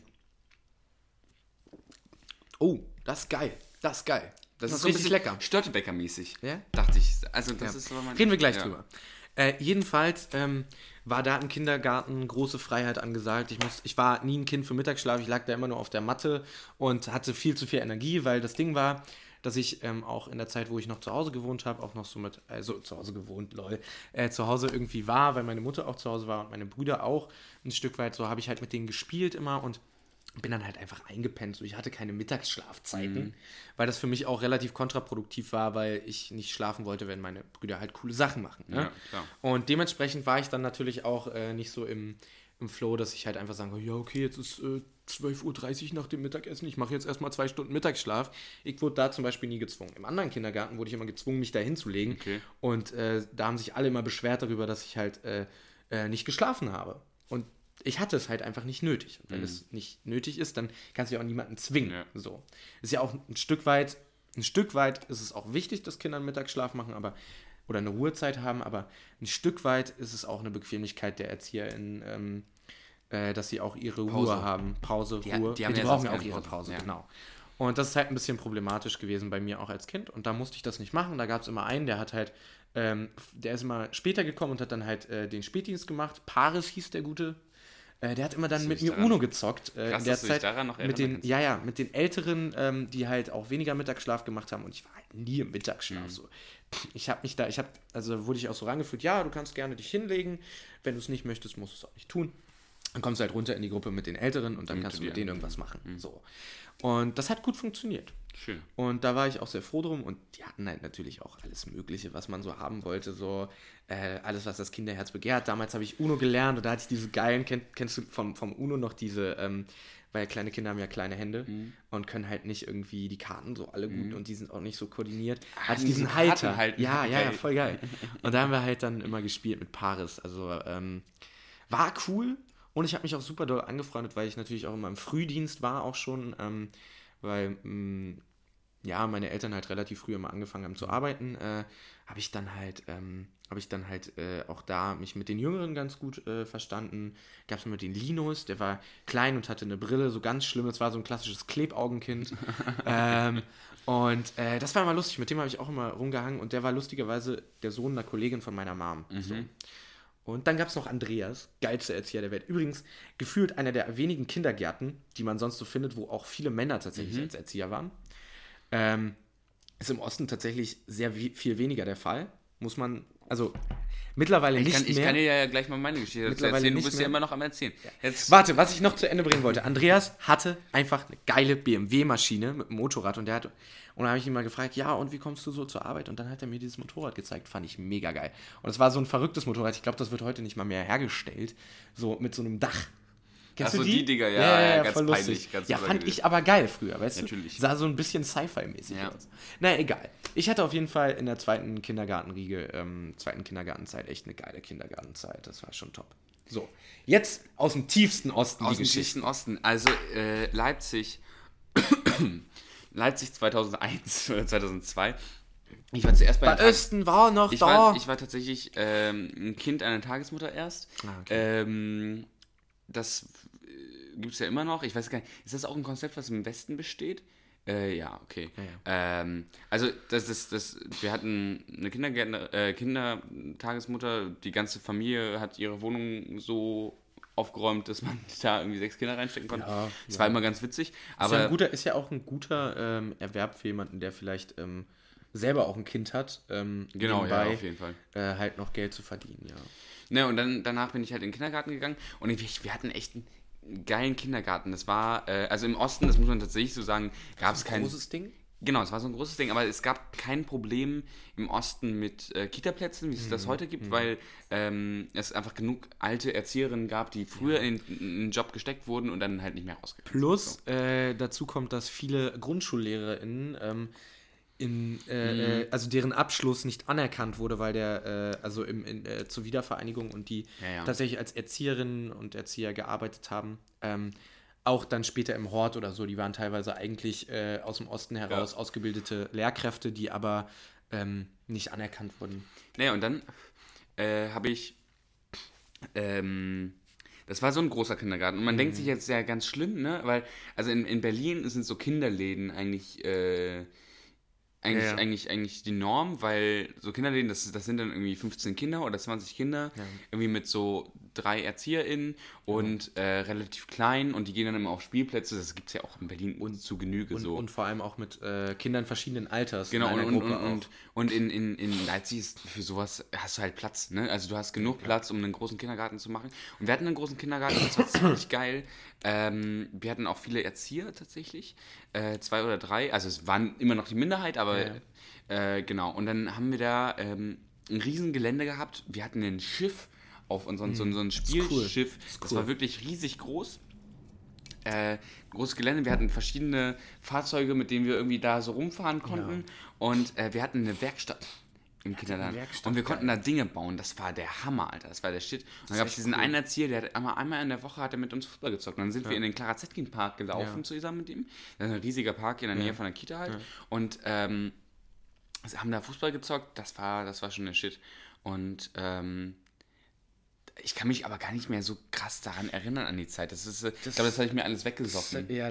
Oh, das ist geil. Das ist geil. Das, ist so ein richtig bisschen lecker. Störtebecker-mäßig. Ja? Dachte ich. Also, das Ja. ist so mein. Reden wir gleich ja. drüber. Äh, jedenfalls ähm, war da im Kindergarten große Freiheit angesagt. Ich, muss, ich war nie ein Kind für Mittagsschlaf. Ich lag da immer nur auf der Matte und hatte viel zu viel Energie, weil das Ding war, dass ich ähm, auch in der Zeit, wo ich noch zu Hause gewohnt habe, auch noch so mit, also zu Hause gewohnt, lol, äh, zu Hause irgendwie war, weil meine Mutter auch zu Hause war und meine Brüder auch ein Stück weit, so habe ich halt mit denen gespielt immer und bin dann halt einfach eingepennt. So, ich hatte keine Mittagsschlafzeiten, Mhm. weil das für mich auch relativ kontraproduktiv war, weil ich nicht schlafen wollte, wenn meine Brüder halt coole Sachen machen. Ne? Ja, klar. Und dementsprechend war ich dann natürlich auch äh, nicht so im, im Flow, dass ich halt einfach sagen kann, ja okay, jetzt ist äh, zwölf Uhr dreißig nach dem Mittagessen, ich mache jetzt erstmal zwei Stunden Mittagsschlaf. Ich wurde da zum Beispiel nie gezwungen. Im anderen Kindergarten wurde ich immer gezwungen, mich da hinzulegen. Okay. Und äh, da haben sich alle immer beschwert darüber, dass ich halt äh, äh, nicht geschlafen habe. Und ich hatte es halt einfach nicht nötig. Und wenn Mhm. es nicht nötig ist, dann kannst du ja auch niemanden zwingen. Ja. So. Ist ja auch ein Stück weit, ein Stück weit ist es auch wichtig, dass Kinder einen Mittagsschlaf machen, aber oder eine Ruhezeit haben, aber ein Stück weit ist es auch eine Bequemlichkeit der ErzieherInnen, ähm, äh, dass sie auch ihre Pause. Ruhe haben. Pause, Die- Ruhe. die haben die ja brauchen sonst ja auch keine ihre Pause. Pause, Ja. genau. Und das ist halt ein bisschen problematisch gewesen bei mir auch als Kind. Und da musste ich das nicht machen. Da gab es immer einen, der hat halt, ähm, der ist immer später gekommen und hat dann halt äh, den Spätdienst gemacht. Paris hieß der Gute. Äh, der hat immer dann Dass du mit dich mir daran- Uno gezockt. Äh, Krass, in der dass du dich Zeit daran noch mit den, erinnern kannst. ja, ja, mit den Älteren, ähm, die halt auch weniger Mittagsschlaf gemacht haben. Und ich war halt nie im Mittagsschlaf. Mhm. So. Ich habe mich da, ich habe, also wurde ich auch so rangeführt, ja, du kannst gerne dich hinlegen. Wenn du es nicht möchtest, musst du es auch nicht tun. Dann kommst du halt runter in die Gruppe mit den Älteren und dann Mit kannst du dir. mit denen irgendwas machen. Mhm. So. Und das hat gut funktioniert. Schön. Und da war ich auch sehr froh drum und die hatten halt natürlich auch alles Mögliche, was man so haben wollte, so äh, alles, was das Kinderherz begehrt. Damals habe ich Uno gelernt und da hatte ich diese geilen, kenn, kennst du vom, vom Uno noch diese, ähm, weil kleine Kinder haben ja kleine Hände Mhm. und können halt nicht irgendwie die Karten so alle gut Mhm. und die sind auch nicht so koordiniert. Ah, Hatte ich diesen diesen Halter. Kartenhalten. Ja, ja, ja, Geil. voll geil. Und da haben wir halt dann immer gespielt mit Paris. Also ähm, war cool. Und ich habe mich auch super doll angefreundet, weil ich natürlich auch immer im Frühdienst war auch schon, ähm, weil mh, ja, meine Eltern halt relativ früh immer angefangen haben zu arbeiten, äh, habe ich dann halt, ähm, habe ich dann halt äh, auch da mich mit den Jüngeren ganz gut äh, verstanden. Gab es immer den Linus, der war klein und hatte eine Brille, so ganz schlimm, das war so ein klassisches Klebaugenkind. ähm, und äh, das war immer lustig, mit dem habe ich auch immer rumgehangen und der war lustigerweise der Sohn einer Kollegin von meiner Mom. Mhm. So. Und dann gab es noch Andreas, geilster Erzieher der Welt. Übrigens gefühlt einer der wenigen Kindergärten, die man sonst so findet, wo auch viele Männer tatsächlich Mhm. als Erzieher waren. Ähm, ist im Osten tatsächlich sehr we- viel weniger der Fall, muss man, also mittlerweile Ich nicht kann, ich mehr. kann dir ja gleich mal meine Geschichte dazu Mittlerweile erzählen. Du nicht bist mehr. ja immer noch am Erzählen. Jetzt, Warte, was ich noch zu Ende bringen wollte. Andreas hatte einfach eine geile B M W-Maschine mit einem Motorrad und der hat, und dann habe ich ihn mal gefragt, ja, und wie kommst du so zur Arbeit? Und dann hat er mir dieses Motorrad gezeigt, fand ich mega geil. Und es war so ein verrücktes Motorrad, ich glaube, das wird heute nicht mal mehr hergestellt, so mit so einem Dach. Kennst Ach so, du die Dinger, ja, ja, ganz voll lustig. peinlich, ganz ja, fand unangenehm. ich aber geil früher, weißt Natürlich. du? Sah so ein bisschen Sci-Fi-mäßig Ja. aus. Naja, egal. Ich hatte auf jeden Fall in der zweiten Kindergartenriege, ähm, zweiten Kindergartenzeit echt eine geile Kindergartenzeit. Das war schon top. So, jetzt aus dem tiefsten Osten aus die dem Geschichte. tiefsten Osten. Also äh, Leipzig, Leipzig zweitausendeins oder zweitausendzwei. Ich war zuerst bei, Bei den Tag- Östen war noch ich da. war, ich war tatsächlich ähm, ein Kind einer Tagesmutter erst. Ah, okay. ähm, das gibt es ja immer noch. Ich weiß gar nicht, ist das auch ein Konzept, was im Westen besteht? Äh, ja, okay. Ja, Ähm, also das, das, das, wir hatten eine Kindergärtner, äh, Kindertagesmutter, die ganze Familie hat ihre Wohnung so aufgeräumt, dass man da irgendwie sechs Kinder reinstecken konnte. Ja, das ja. war immer ganz witzig. Ist, Aber ja ein guter, ist ja auch ein guter ähm, Erwerb für jemanden, der vielleicht ähm, selber auch ein Kind hat, ähm, genau, ja, nebenbei auf jeden Fall. äh, halt noch Geld zu verdienen, ja. Ne, und dann, danach bin ich halt in den Kindergarten gegangen und ich, wir hatten echt einen geilen Kindergarten. Das war, äh, also im Osten, das muss man tatsächlich so sagen, gab es kein... Großes Ding? Genau, es war so ein großes Ding, aber es gab kein Problem im Osten mit äh, Kita-Plätzen, wie es das heute gibt, weil ähm, es einfach genug alte Erzieherinnen gab, die früher in, in einen Job gesteckt wurden und dann halt nicht mehr rausgegangen Plus, sind. äh, dazu kommt, dass viele GrundschullehrerInnen ähm, in, äh, äh, also deren Abschluss nicht anerkannt wurde, weil der, äh, also im, in, äh, zur Wiedervereinigung und die Ja, ja. tatsächlich als Erzieherinnen und Erzieher gearbeitet haben, ähm, auch dann später im Hort oder so, die waren teilweise eigentlich äh, aus dem Osten heraus Ja. ausgebildete Lehrkräfte, die aber ähm, nicht anerkannt wurden. Naja, und dann äh, habe ich, ähm, das war so ein großer Kindergarten und man denkt sich jetzt ja ganz schlimm, ne, weil, also in, in Berlin sind so Kinderläden eigentlich, äh, Eigentlich, Ja, ja. eigentlich, eigentlich die Norm, weil so Kinderläden, das, das sind dann irgendwie fünfzehn Kinder oder zwanzig Kinder, Ja. irgendwie mit so drei ErzieherInnen und äh, relativ klein und die gehen dann immer auf Spielplätze, das gibt es ja auch in Berlin und zu Genüge Und, so. und vor allem auch mit äh, Kindern verschiedenen Alters. Genau, in und, einer und, Gruppe und, und, und in, in, in Leipzig ist für sowas hast du halt Platz, ne? Also du hast genug Platz, um einen großen Kindergarten zu machen. Und wir hatten einen großen Kindergarten, das war ziemlich geil. Ähm, wir hatten auch viele Erzieher tatsächlich, äh, zwei oder drei, also es waren immer noch die Minderheit, aber Ja. äh, genau. Und dann haben wir da ähm, ein riesen Gelände gehabt. Wir hatten ein Schiff auf unseren, so, so ein cool. Spielschiff. Das ist Das cool. war wirklich riesig groß. Äh, großes Gelände, wir hatten verschiedene Fahrzeuge, mit denen wir irgendwie da so rumfahren konnten und äh, wir hatten eine Werkstatt im Kindergarten Werkstatt, und wir konnten geil. da Dinge bauen, das war der Hammer, Alter, das war der Shit. Und dann ist gab es echt diesen cool. einen Erzieher, der hat einmal, einmal in der Woche hat er mit uns Fußball gezockt und dann sind wir Ja. in den Clara Zetkin Park gelaufen Ja. zusammen mit ihm, das ist ein riesiger Park in der Nähe Ja. von der Kita halt Ja. und ähm, sie haben da Fußball gezockt, das war, das war schon der Shit und ähm, ich kann mich aber gar nicht mehr so krass daran erinnern an die Zeit. Das ist, äh, ich glaube, das habe ich mir alles weggesoffen. Ja,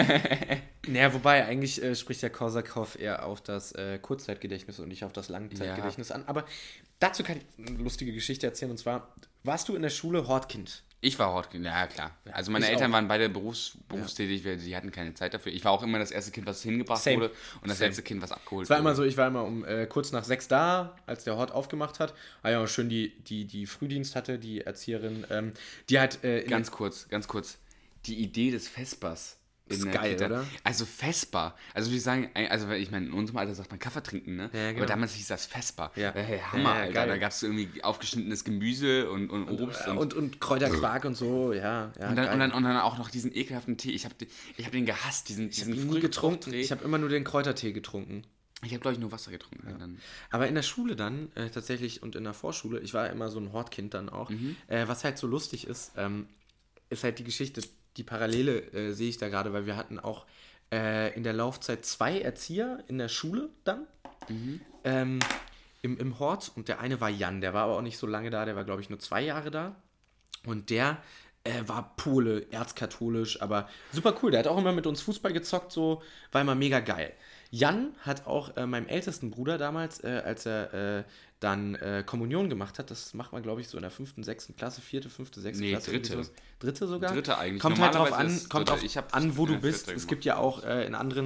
naja, wobei eigentlich äh, spricht ja Korsakow eher auf das äh, Kurzzeitgedächtnis und nicht auf das Langzeitgedächtnis an. Aber dazu kann ich eine lustige Geschichte erzählen. Und zwar, warst du in der Schule Hortkind? Ich war Hortkind, ja klar. Also meine ich Eltern auch. waren beide berufs, berufstätig, weil die hatten keine Zeit dafür. Ich war auch immer das erste Kind, was hingebracht Same. wurde und das Same. letzte Kind, was abgeholt Es war wurde. immer so, ich war immer um äh, kurz nach sechs da, als der Hort aufgemacht hat. War ja auch schön die, die, die Frühdienst hatte, die Erzieherin, ähm, die hat äh, in Ganz kurz, ganz kurz. Die Idee des Vespers. in Ist der geil, Kita. oder? Also Vesper. Also wir sagen, also ich meine, in unserem Alter sagt man Kaffee trinken, ne? Ja, genau. Aber damals hieß das Vesper. Ja. Äh, Ja, Hammer, ja, Alter. geil. Da gab es irgendwie aufgeschnittenes Gemüse und, und Obst. und, und, und Kräuterquark und so, ja. ja Und dann, geil. und, dann, und dann auch noch diesen ekelhaften Tee. Ich habe ich hab den gehasst, diesen, ich habe diesen nie getrunken. Fruchttee. Ich habe immer nur den Kräutertee getrunken. Ich habe, glaube ich, nur Wasser getrunken. Und dann, Aber in der Schule dann, äh, tatsächlich, und in der Vorschule, ich war immer so ein Hortkind dann auch, Mhm. äh, was halt so lustig ist, ähm, ist halt die Geschichte, die Parallele äh, sehe ich da gerade, weil wir hatten auch äh, in der Laufzeit zwei Erzieher in der Schule dann, Mhm. ähm, im, im Hort, und der eine war Jan, der war aber auch nicht so lange da, der war, glaube ich, nur zwei Jahre da, und der äh, war Pole, erzkatholisch, aber super cool, der hat auch immer mit uns Fußball gezockt, so, war immer mega geil. Jan hat auch äh, meinem ältesten Bruder damals, äh, als er äh, dann äh, Kommunion gemacht hat, das macht man, glaube ich, so in der fünften, sechsten Klasse, vierte, fünfte, sechste Nee, Klasse. irgendwie dritte. sowas. Dritte sogar? Dritte eigentlich. Kommt halt drauf Normalerweise an, ist kommt dritte. drauf Ich hab's an, wo in du der bist. vierten Es gibt ja auch äh, in anderen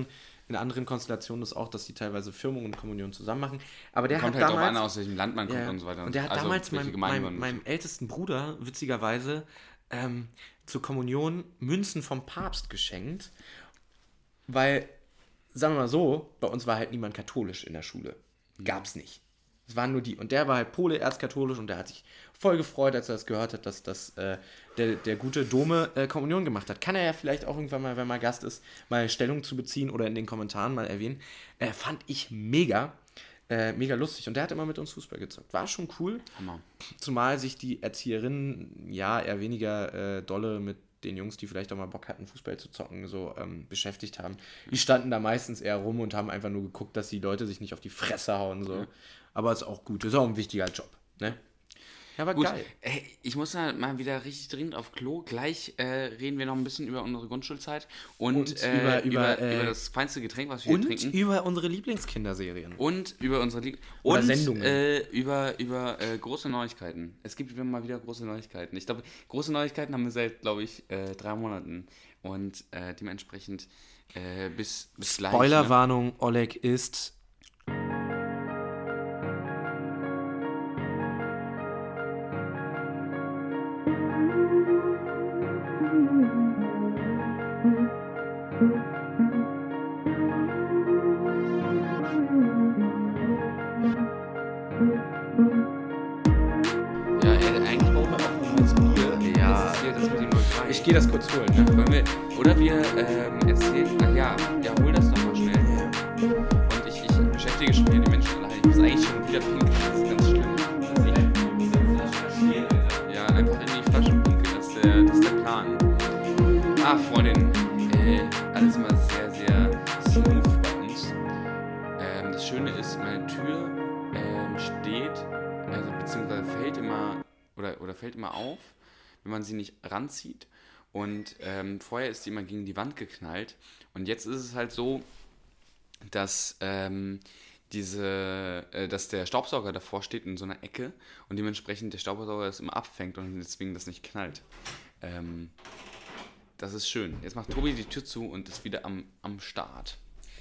in anderen Konstellationen das auch, dass die teilweise Firmung und Kommunion zusammen machen. Aber der Kommt hat halt damals, darauf an, aus welchem Land man kommt ja, und so weiter. Und der hat also, damals welche meinem, Gemeinde meinem, man- meinem ältesten Bruder, witzigerweise, ähm, zur Kommunion Münzen vom Papst geschenkt, weil, sagen wir mal so, bei uns war halt niemand katholisch in der Schule. Gab's nicht. Es waren nur die. Und der war halt Pole, erzkatholisch, und der hat sich voll gefreut, als er das gehört hat, dass, dass äh, der, der gute Dome äh, Kommunion gemacht hat. Kann er ja vielleicht auch irgendwann mal, wenn mal Gast ist, mal Stellung zu beziehen oder in den Kommentaren mal erwähnen. Äh, fand ich mega, äh, mega lustig. Und der hat immer mit uns Fußball gezockt. War schon cool. Hammer. Zumal sich die Erzieherinnen, ja, eher weniger äh, dolle mit den Jungs, die vielleicht auch mal Bock hatten, Fußball zu zocken, so ähm, beschäftigt haben. Die standen da meistens eher rum und haben einfach nur geguckt, dass die Leute sich nicht auf die Fresse hauen, so. Ja. Aber ist auch gut, ist auch ein wichtiger Job, ne? Ja, aber Gut, geil. ey, ich muss da mal wieder richtig dringend auf Klo. Gleich äh, reden wir noch ein bisschen über unsere Grundschulzeit und, Und äh, über- über, über, über, äh, das feinste Getränk, was wir Und hier trinken. über unsere Lieblingskinderserien. Und über unsere Lieb Oder und Sendungen. Äh, über, über äh, große Neuigkeiten. Es gibt wieder mal wieder große Neuigkeiten. Ich glaube, große Neuigkeiten haben wir seit, glaube ich, äh, drei Monaten. Und äh, dementsprechend äh, bis, bis gleich. Ne? Spoilerwarnung, Oleg ist... Ja, ey, eigentlich brauchen wir auch ein neues Bier. Ja. Das ist hier das mit dem null drei. Ich gehe das kurz holen, ne? Wollen wir, oder wir ähm, erzählen, ach ja, ja, hol das doch mal schnell. Und ich, ich beschäftige schon hier die Menschen allein. Ich muss eigentlich schon wieder pinkeln, das ist ganz schlimm. Ja, einfach in die Flaschen pinkeln, das ist der, das ist der Plan. Ah, Freundin, äh, alles immer sehr, sehr smooth bei uns. Ähm, das Schöne ist, meine Tür ähm, steht, also beziehungsweise fällt immer, oder, oder fällt immer auf, wenn man sie nicht ranzieht. Und ähm, vorher ist sie immer gegen die Wand geknallt. Und jetzt ist es halt so, dass ähm, diese, äh, dass der Staubsauger davor steht in so einer Ecke und dementsprechend der Staubsauger das immer abfängt und deswegen das nicht knallt. Ähm, das ist schön. Jetzt macht Tobi die Tür zu und ist wieder am, am Start.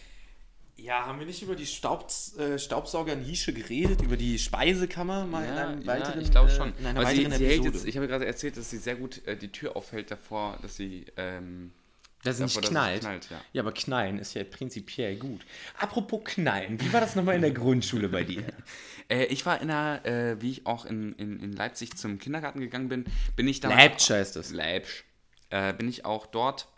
Ja, haben wir nicht über die Staub, äh, Staubsauger-Nische geredet, über die Speisekammer mal in einem weiteren, ja, ich glaube schon. äh, in einer Aber weiteren sie, sie hält Episode? jetzt, ich habe gerade erzählt, dass sie sehr gut äh, die Tür aufhält davor, dass sie ähm, Dass es nicht davor, dass es knallt. knallt, ja. Ja, aber knallen ist ja prinzipiell gut. Apropos knallen, wie war das nochmal in der Grundschule bei dir? Äh, ich war in der, äh, wie ich auch in, in, in Leipzig zum Kindergarten gegangen bin, bin ich da. Leipzig heißt es. Leipzig. Äh, bin ich auch dort.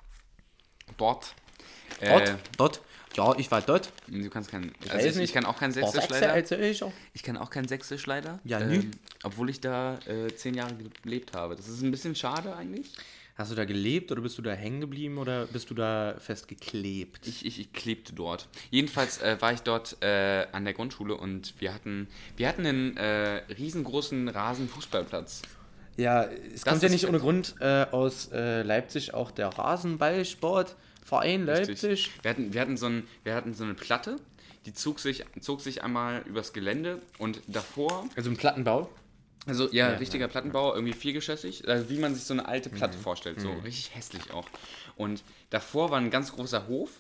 Dort. Dort? Äh, Dort? Ja, ich war dort. du kannst kein. weiß Also ich, nicht. ich kann auch kein Was Sächsisch sagst du, leider. erzähl ich auch? Ich kann auch kein Sächsisch leider. Ja, ähm, nü. Obwohl ich da äh, zehn Jahre gelebt habe. Das ist ein bisschen schade eigentlich. Hast du da gelebt oder bist du da hängen geblieben oder bist du da festgeklebt? Ich, ich, ich klebte dort. Jedenfalls äh, war ich dort äh, an der Grundschule und wir hatten, wir hatten einen äh, riesengroßen Rasenfußballplatz. Ja, es Das kommt ja ist nicht ohne fett. Grund äh, aus äh, Leipzig auch der Rasenballsportverein Leipzig. Richtig. Wir hatten, wir, hatten so ein, wir hatten so eine Platte, die zog sich, zog sich einmal übers Gelände und davor, Also ein Plattenbau. also ja, Ja, richtiger Plattenbau, irgendwie viergeschossig, also wie man sich so eine alte Platte Mhm. vorstellt, so richtig hässlich auch. Und davor war ein ganz großer Hof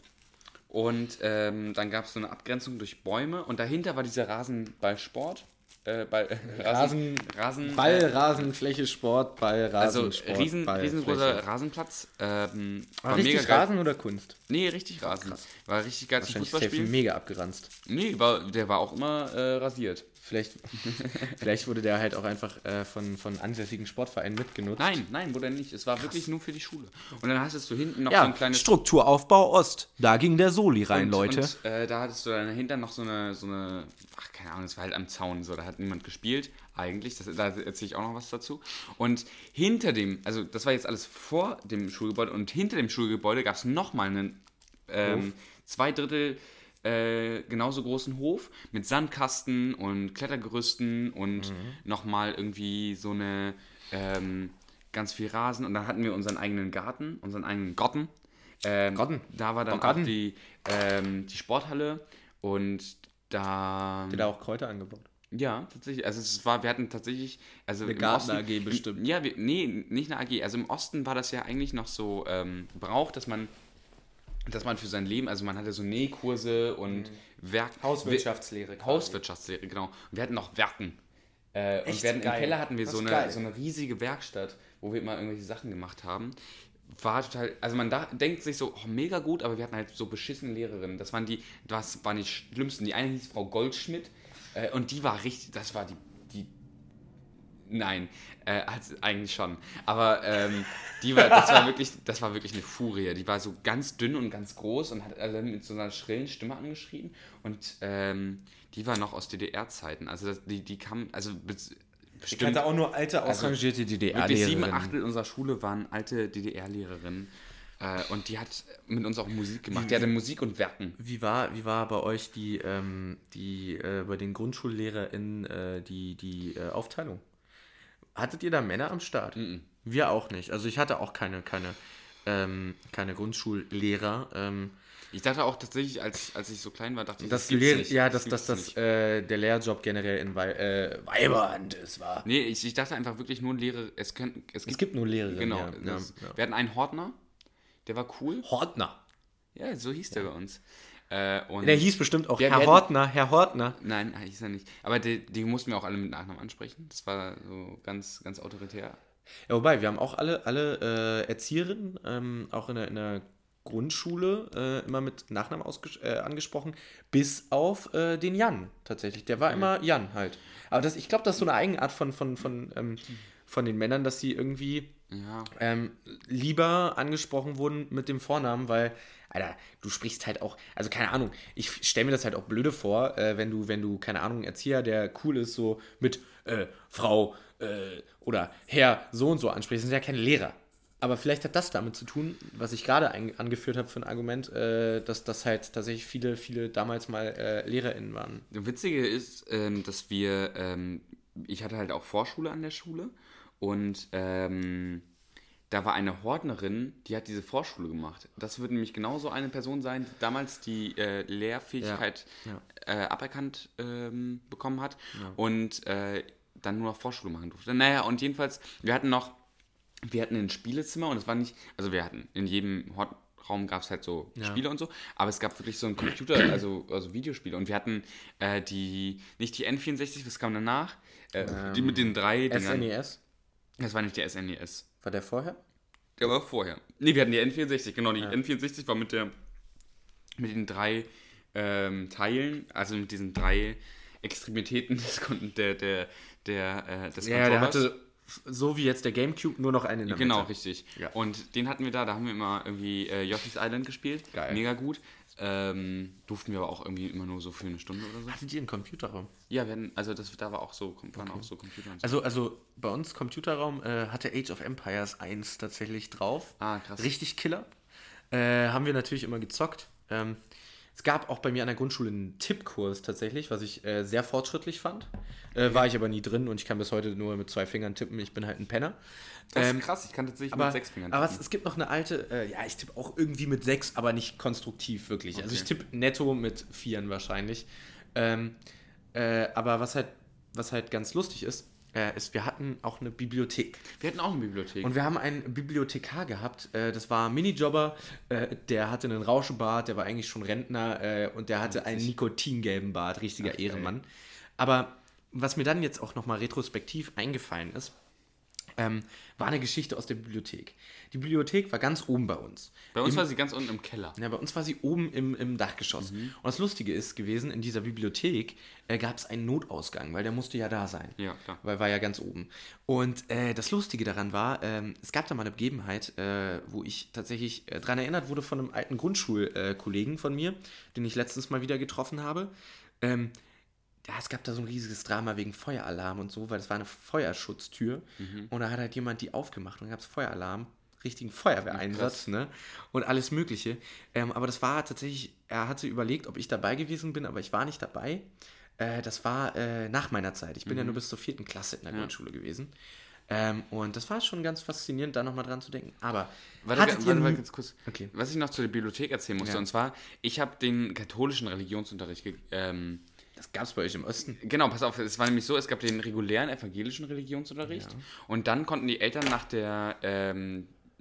und ähm, dann gab es so eine Abgrenzung durch Bäume und dahinter war dieser Rasenballsport. Äh, Ball, äh, Rasen, Rasen, Ball, äh, Rasenfläche, Sport, Ball, also Rasensport, riesen, Ball, riesengroßer Fläche. Rasenplatz. Ähm, War war richtig mega geil. Rasen oder Kunst? Nee, richtig Rasen. War richtig geil zum Wahrscheinlich safe Fußballspielen. mega abgeranzt. Nee, war, der war auch immer äh, rasiert. Vielleicht, vielleicht wurde der halt auch einfach äh, von, von ansässigen Sportvereinen mitgenutzt. Nein, nein, wurde er nicht. Es war wirklich nur für die Schule. Und dann hattest du hinten noch so Ja, ein kleines... Strukturaufbau Ost. Da ging der Soli rein, und, Leute. Und äh, da hattest du dann dahinter noch so eine, so eine... Ach, keine Ahnung, es war halt am Zaun so. Da hat niemand gespielt, eigentlich. Das, da erzähle ich auch noch was dazu. Und hinter dem... Also das war jetzt alles vor dem Schulgebäude. Und hinter dem Schulgebäude gab es nochmal einen... Ähm, zwei Drittel... Äh, genauso großen Hof mit Sandkasten und Klettergerüsten und Mhm. nochmal irgendwie so eine ähm, ganz viel Rasen und dann hatten wir unseren eigenen Garten, unseren eigenen Garten. Ähm, Garten? Da war dann Oh, Garten. auch die, ähm, die Sporthalle und da... Hat da auch Kräuter angebaut? Ja, tatsächlich. Also es war, wir hatten tatsächlich, also Eine im Garten-A Osten- G bestimmt. Ja, wir, nee, nicht eine A G. Also im Osten war das ja eigentlich noch so ähm, Brauch, dass man dass man für sein Leben, also man hatte so Nähkurse und mhm. Werk... Hauswirtschaftslehre. Quasi. Hauswirtschaftslehre, genau. Und wir hatten noch Werken. Äh, und wir hatten, im Keller hatten wir so eine, so eine riesige Werkstatt, wo wir immer irgendwelche Sachen gemacht haben. War total, also man da, denkt sich so, oh, mega gut, aber wir hatten halt so beschissene Lehrerinnen. Das waren die, das waren die schlimmsten. Die eine hieß Frau Goldschmidt äh, und die war richtig, das war die, die nein, äh, eigentlich schon. Aber ähm, die war, das war wirklich, das war wirklich eine Furie. Die war so ganz dünn und ganz groß und hat alle mit so einer schrillen Stimme angeschrien. Und ähm, die war noch aus D D R-Zeiten. Also das, die, die kam, also bestimmt. Ich hatte auch nur alte, ausrangierte also, D D R-Lehrerinnen. Sieben Achtel unserer Schule waren alte D D R-Lehrerinnen. Äh, und die hat mit uns auch Musik gemacht. Die hatte Musik und Werken. Wie war, wie war bei euch die, ähm, die äh, bei den GrundschullehrerInnen äh, die, die äh, Aufteilung? Hattet ihr da Männer am Start? Mm-mm. Wir auch nicht. Also ich hatte auch keine, keine, ähm, keine Grundschullehrer. Ähm, ich dachte auch tatsächlich, als, als ich so klein war, dachte ich, das, das gibt's Lehr- nicht. Ja, das dass das, das äh, der Lehrjob generell in Wei- äh, Weiberhand ist, war. Nee, ich, ich dachte einfach wirklich nur Lehrer. Es, können, es, gibt, es gibt nur Lehrerinnen. Genau. Ja, Das, ja, ja. Wir hatten einen Hortner, der war cool. Hortner. Ja, so hieß der ja. bei uns. Äh, und der hieß bestimmt auch wir, Herr wir Hortner, Herr Hortner. Nein, hieß er nicht. Aber die, die mussten wir auch alle mit Nachnamen ansprechen. Das war so ganz, ganz autoritär. Ja, wobei, wir haben auch alle, alle äh, Erzieherinnen, ähm, auch in der, in der Grundschule, äh, immer mit Nachnamen ausges- äh, angesprochen, bis auf äh, den Jan tatsächlich. Der war okay. immer Jan halt. Aber das, ich glaube, das ist so eine Eigenart von, von, von, ähm, von den Männern, dass sie irgendwie ja. ähm, lieber angesprochen wurden mit dem Vornamen, weil, Alter, du sprichst halt auch, also keine Ahnung, ich stelle mir das halt auch blöde vor, äh, wenn du, wenn du, keine Ahnung, einen Erzieher, der cool ist, so mit äh, Frau äh, oder Herr so und so ansprichst, das sind ja keine Lehrer. Aber vielleicht hat das damit zu tun, was ich gerade ein, angeführt habe für ein Argument, äh, dass das halt tatsächlich viele, viele damals mal äh, LehrerInnen waren. Das Witzige ist, ähm, dass wir, ähm, ich hatte halt auch Vorschule an der Schule und ähm, da war eine Hortnerin, die hat diese Vorschule gemacht. Das würde nämlich genauso eine Person sein, die damals die äh, Lehrfähigkeit ja, ja. Äh, aberkannt ähm, bekommen hat ja. und äh, dann nur noch Vorschule machen durfte. Naja, und jedenfalls, wir hatten noch, wir hatten ein Spielezimmer und es war nicht, also wir hatten in jedem Hortraum gab es halt so ja. Spiele und so, aber es gab wirklich so einen Computer, also, also Videospiele und wir hatten äh, die, nicht die N vierundsechzig, was kam danach? Äh, ähm, die mit den drei S N E S? Das war nicht der S N E S. War der vorher? Der war vorher. Nee, wir hatten die N vierundsechzig, genau, die ja. N vierundsechzig war mit der, mit den drei ähm, Teilen, also mit diesen drei Extremitäten des, der, der, der, äh, des ja, der hatte so wie jetzt der Gamecube nur noch einen in der Genau, Mitte. richtig. Ja. Und den hatten wir da, da haben wir immer irgendwie äh, Yoshi's Island gespielt. Geil. Mega gut. Ähm, durften wir aber auch irgendwie immer nur so für eine Stunde oder so. Hattet ihr einen Computerraum? Ja, wir hatten, also das, da war auch so, waren okay. auch so Computer und so. Also, also bei uns Computerraum äh, hatte Age of Empires eins tatsächlich drauf. Ah, krass. Richtig Killer. Äh, haben wir natürlich immer gezockt. Ähm, es gab auch bei mir an der Grundschule einen Tippkurs tatsächlich, was ich äh, sehr fortschrittlich fand. Äh, war ich aber nie drin und ich kann bis heute nur mit zwei Fingern tippen. Ich bin halt ein Penner. Das ist ähm, krass, ich kann tatsächlich aber, mit sechs Fingern tippen. tippen. Aber es, es gibt noch eine alte, äh, ja, ich tippe auch irgendwie mit sechs, aber nicht konstruktiv wirklich. Okay. Also ich tippe netto mit vieren wahrscheinlich. Ähm, äh, aber was halt, was halt ganz lustig ist, äh, ist, wir hatten auch eine Bibliothek. Wir hatten auch eine Bibliothek. Und wir haben einen Bibliothekar gehabt, äh, das war ein Minijobber, äh, der hatte einen Rauschebart, der war eigentlich schon Rentner äh, und der hatte einen nikotingelben Bart, richtiger okay. Ehrenmann. Aber was mir dann jetzt auch nochmal retrospektiv eingefallen ist, ähm, war eine Geschichte aus der Bibliothek. Die Bibliothek war ganz oben bei uns. Bei uns Im, war sie ganz unten im Keller. Ja, bei uns war sie oben im, im Dachgeschoss. Mhm. Und das Lustige ist gewesen, in dieser Bibliothek äh, gab es einen Notausgang, weil der musste ja da sein. Ja, klar. Weil war ja ganz oben. Und äh, das Lustige daran war, ähm, es gab da mal eine Begebenheit, äh, wo ich tatsächlich äh, daran erinnert wurde von einem alten Grundschulkollegen äh, von mir, den ich letztens mal wieder getroffen habe. Ähm, Ja, es gab da so ein riesiges Drama wegen Feueralarm und so, weil das war eine Feuerschutztür. Mhm. Und da hat halt jemand die aufgemacht und dann gab es Feueralarm, richtigen Feuerwehreinsatz, ne? Und alles Mögliche. Ähm, aber das war tatsächlich, er hatte überlegt, ob ich dabei gewesen bin, aber ich war nicht dabei. Äh, das war äh, nach meiner Zeit. Ich bin mhm. ja nur bis zur vierten Klasse in der ja. Grundschule gewesen. Ähm, und das war schon ganz faszinierend, da nochmal dran zu denken. Aber warte, warte, warte, warte ganz kurz. Okay. Was ich noch zur Bibliothek erzählen musste, ja. und zwar, ich habe den katholischen Religionsunterricht ge- ähm, Das gab es bei euch im Osten? Genau, pass auf, es war nämlich so, es gab den regulären evangelischen Religionsunterricht ja. und dann konnten die Eltern nach der, ähm,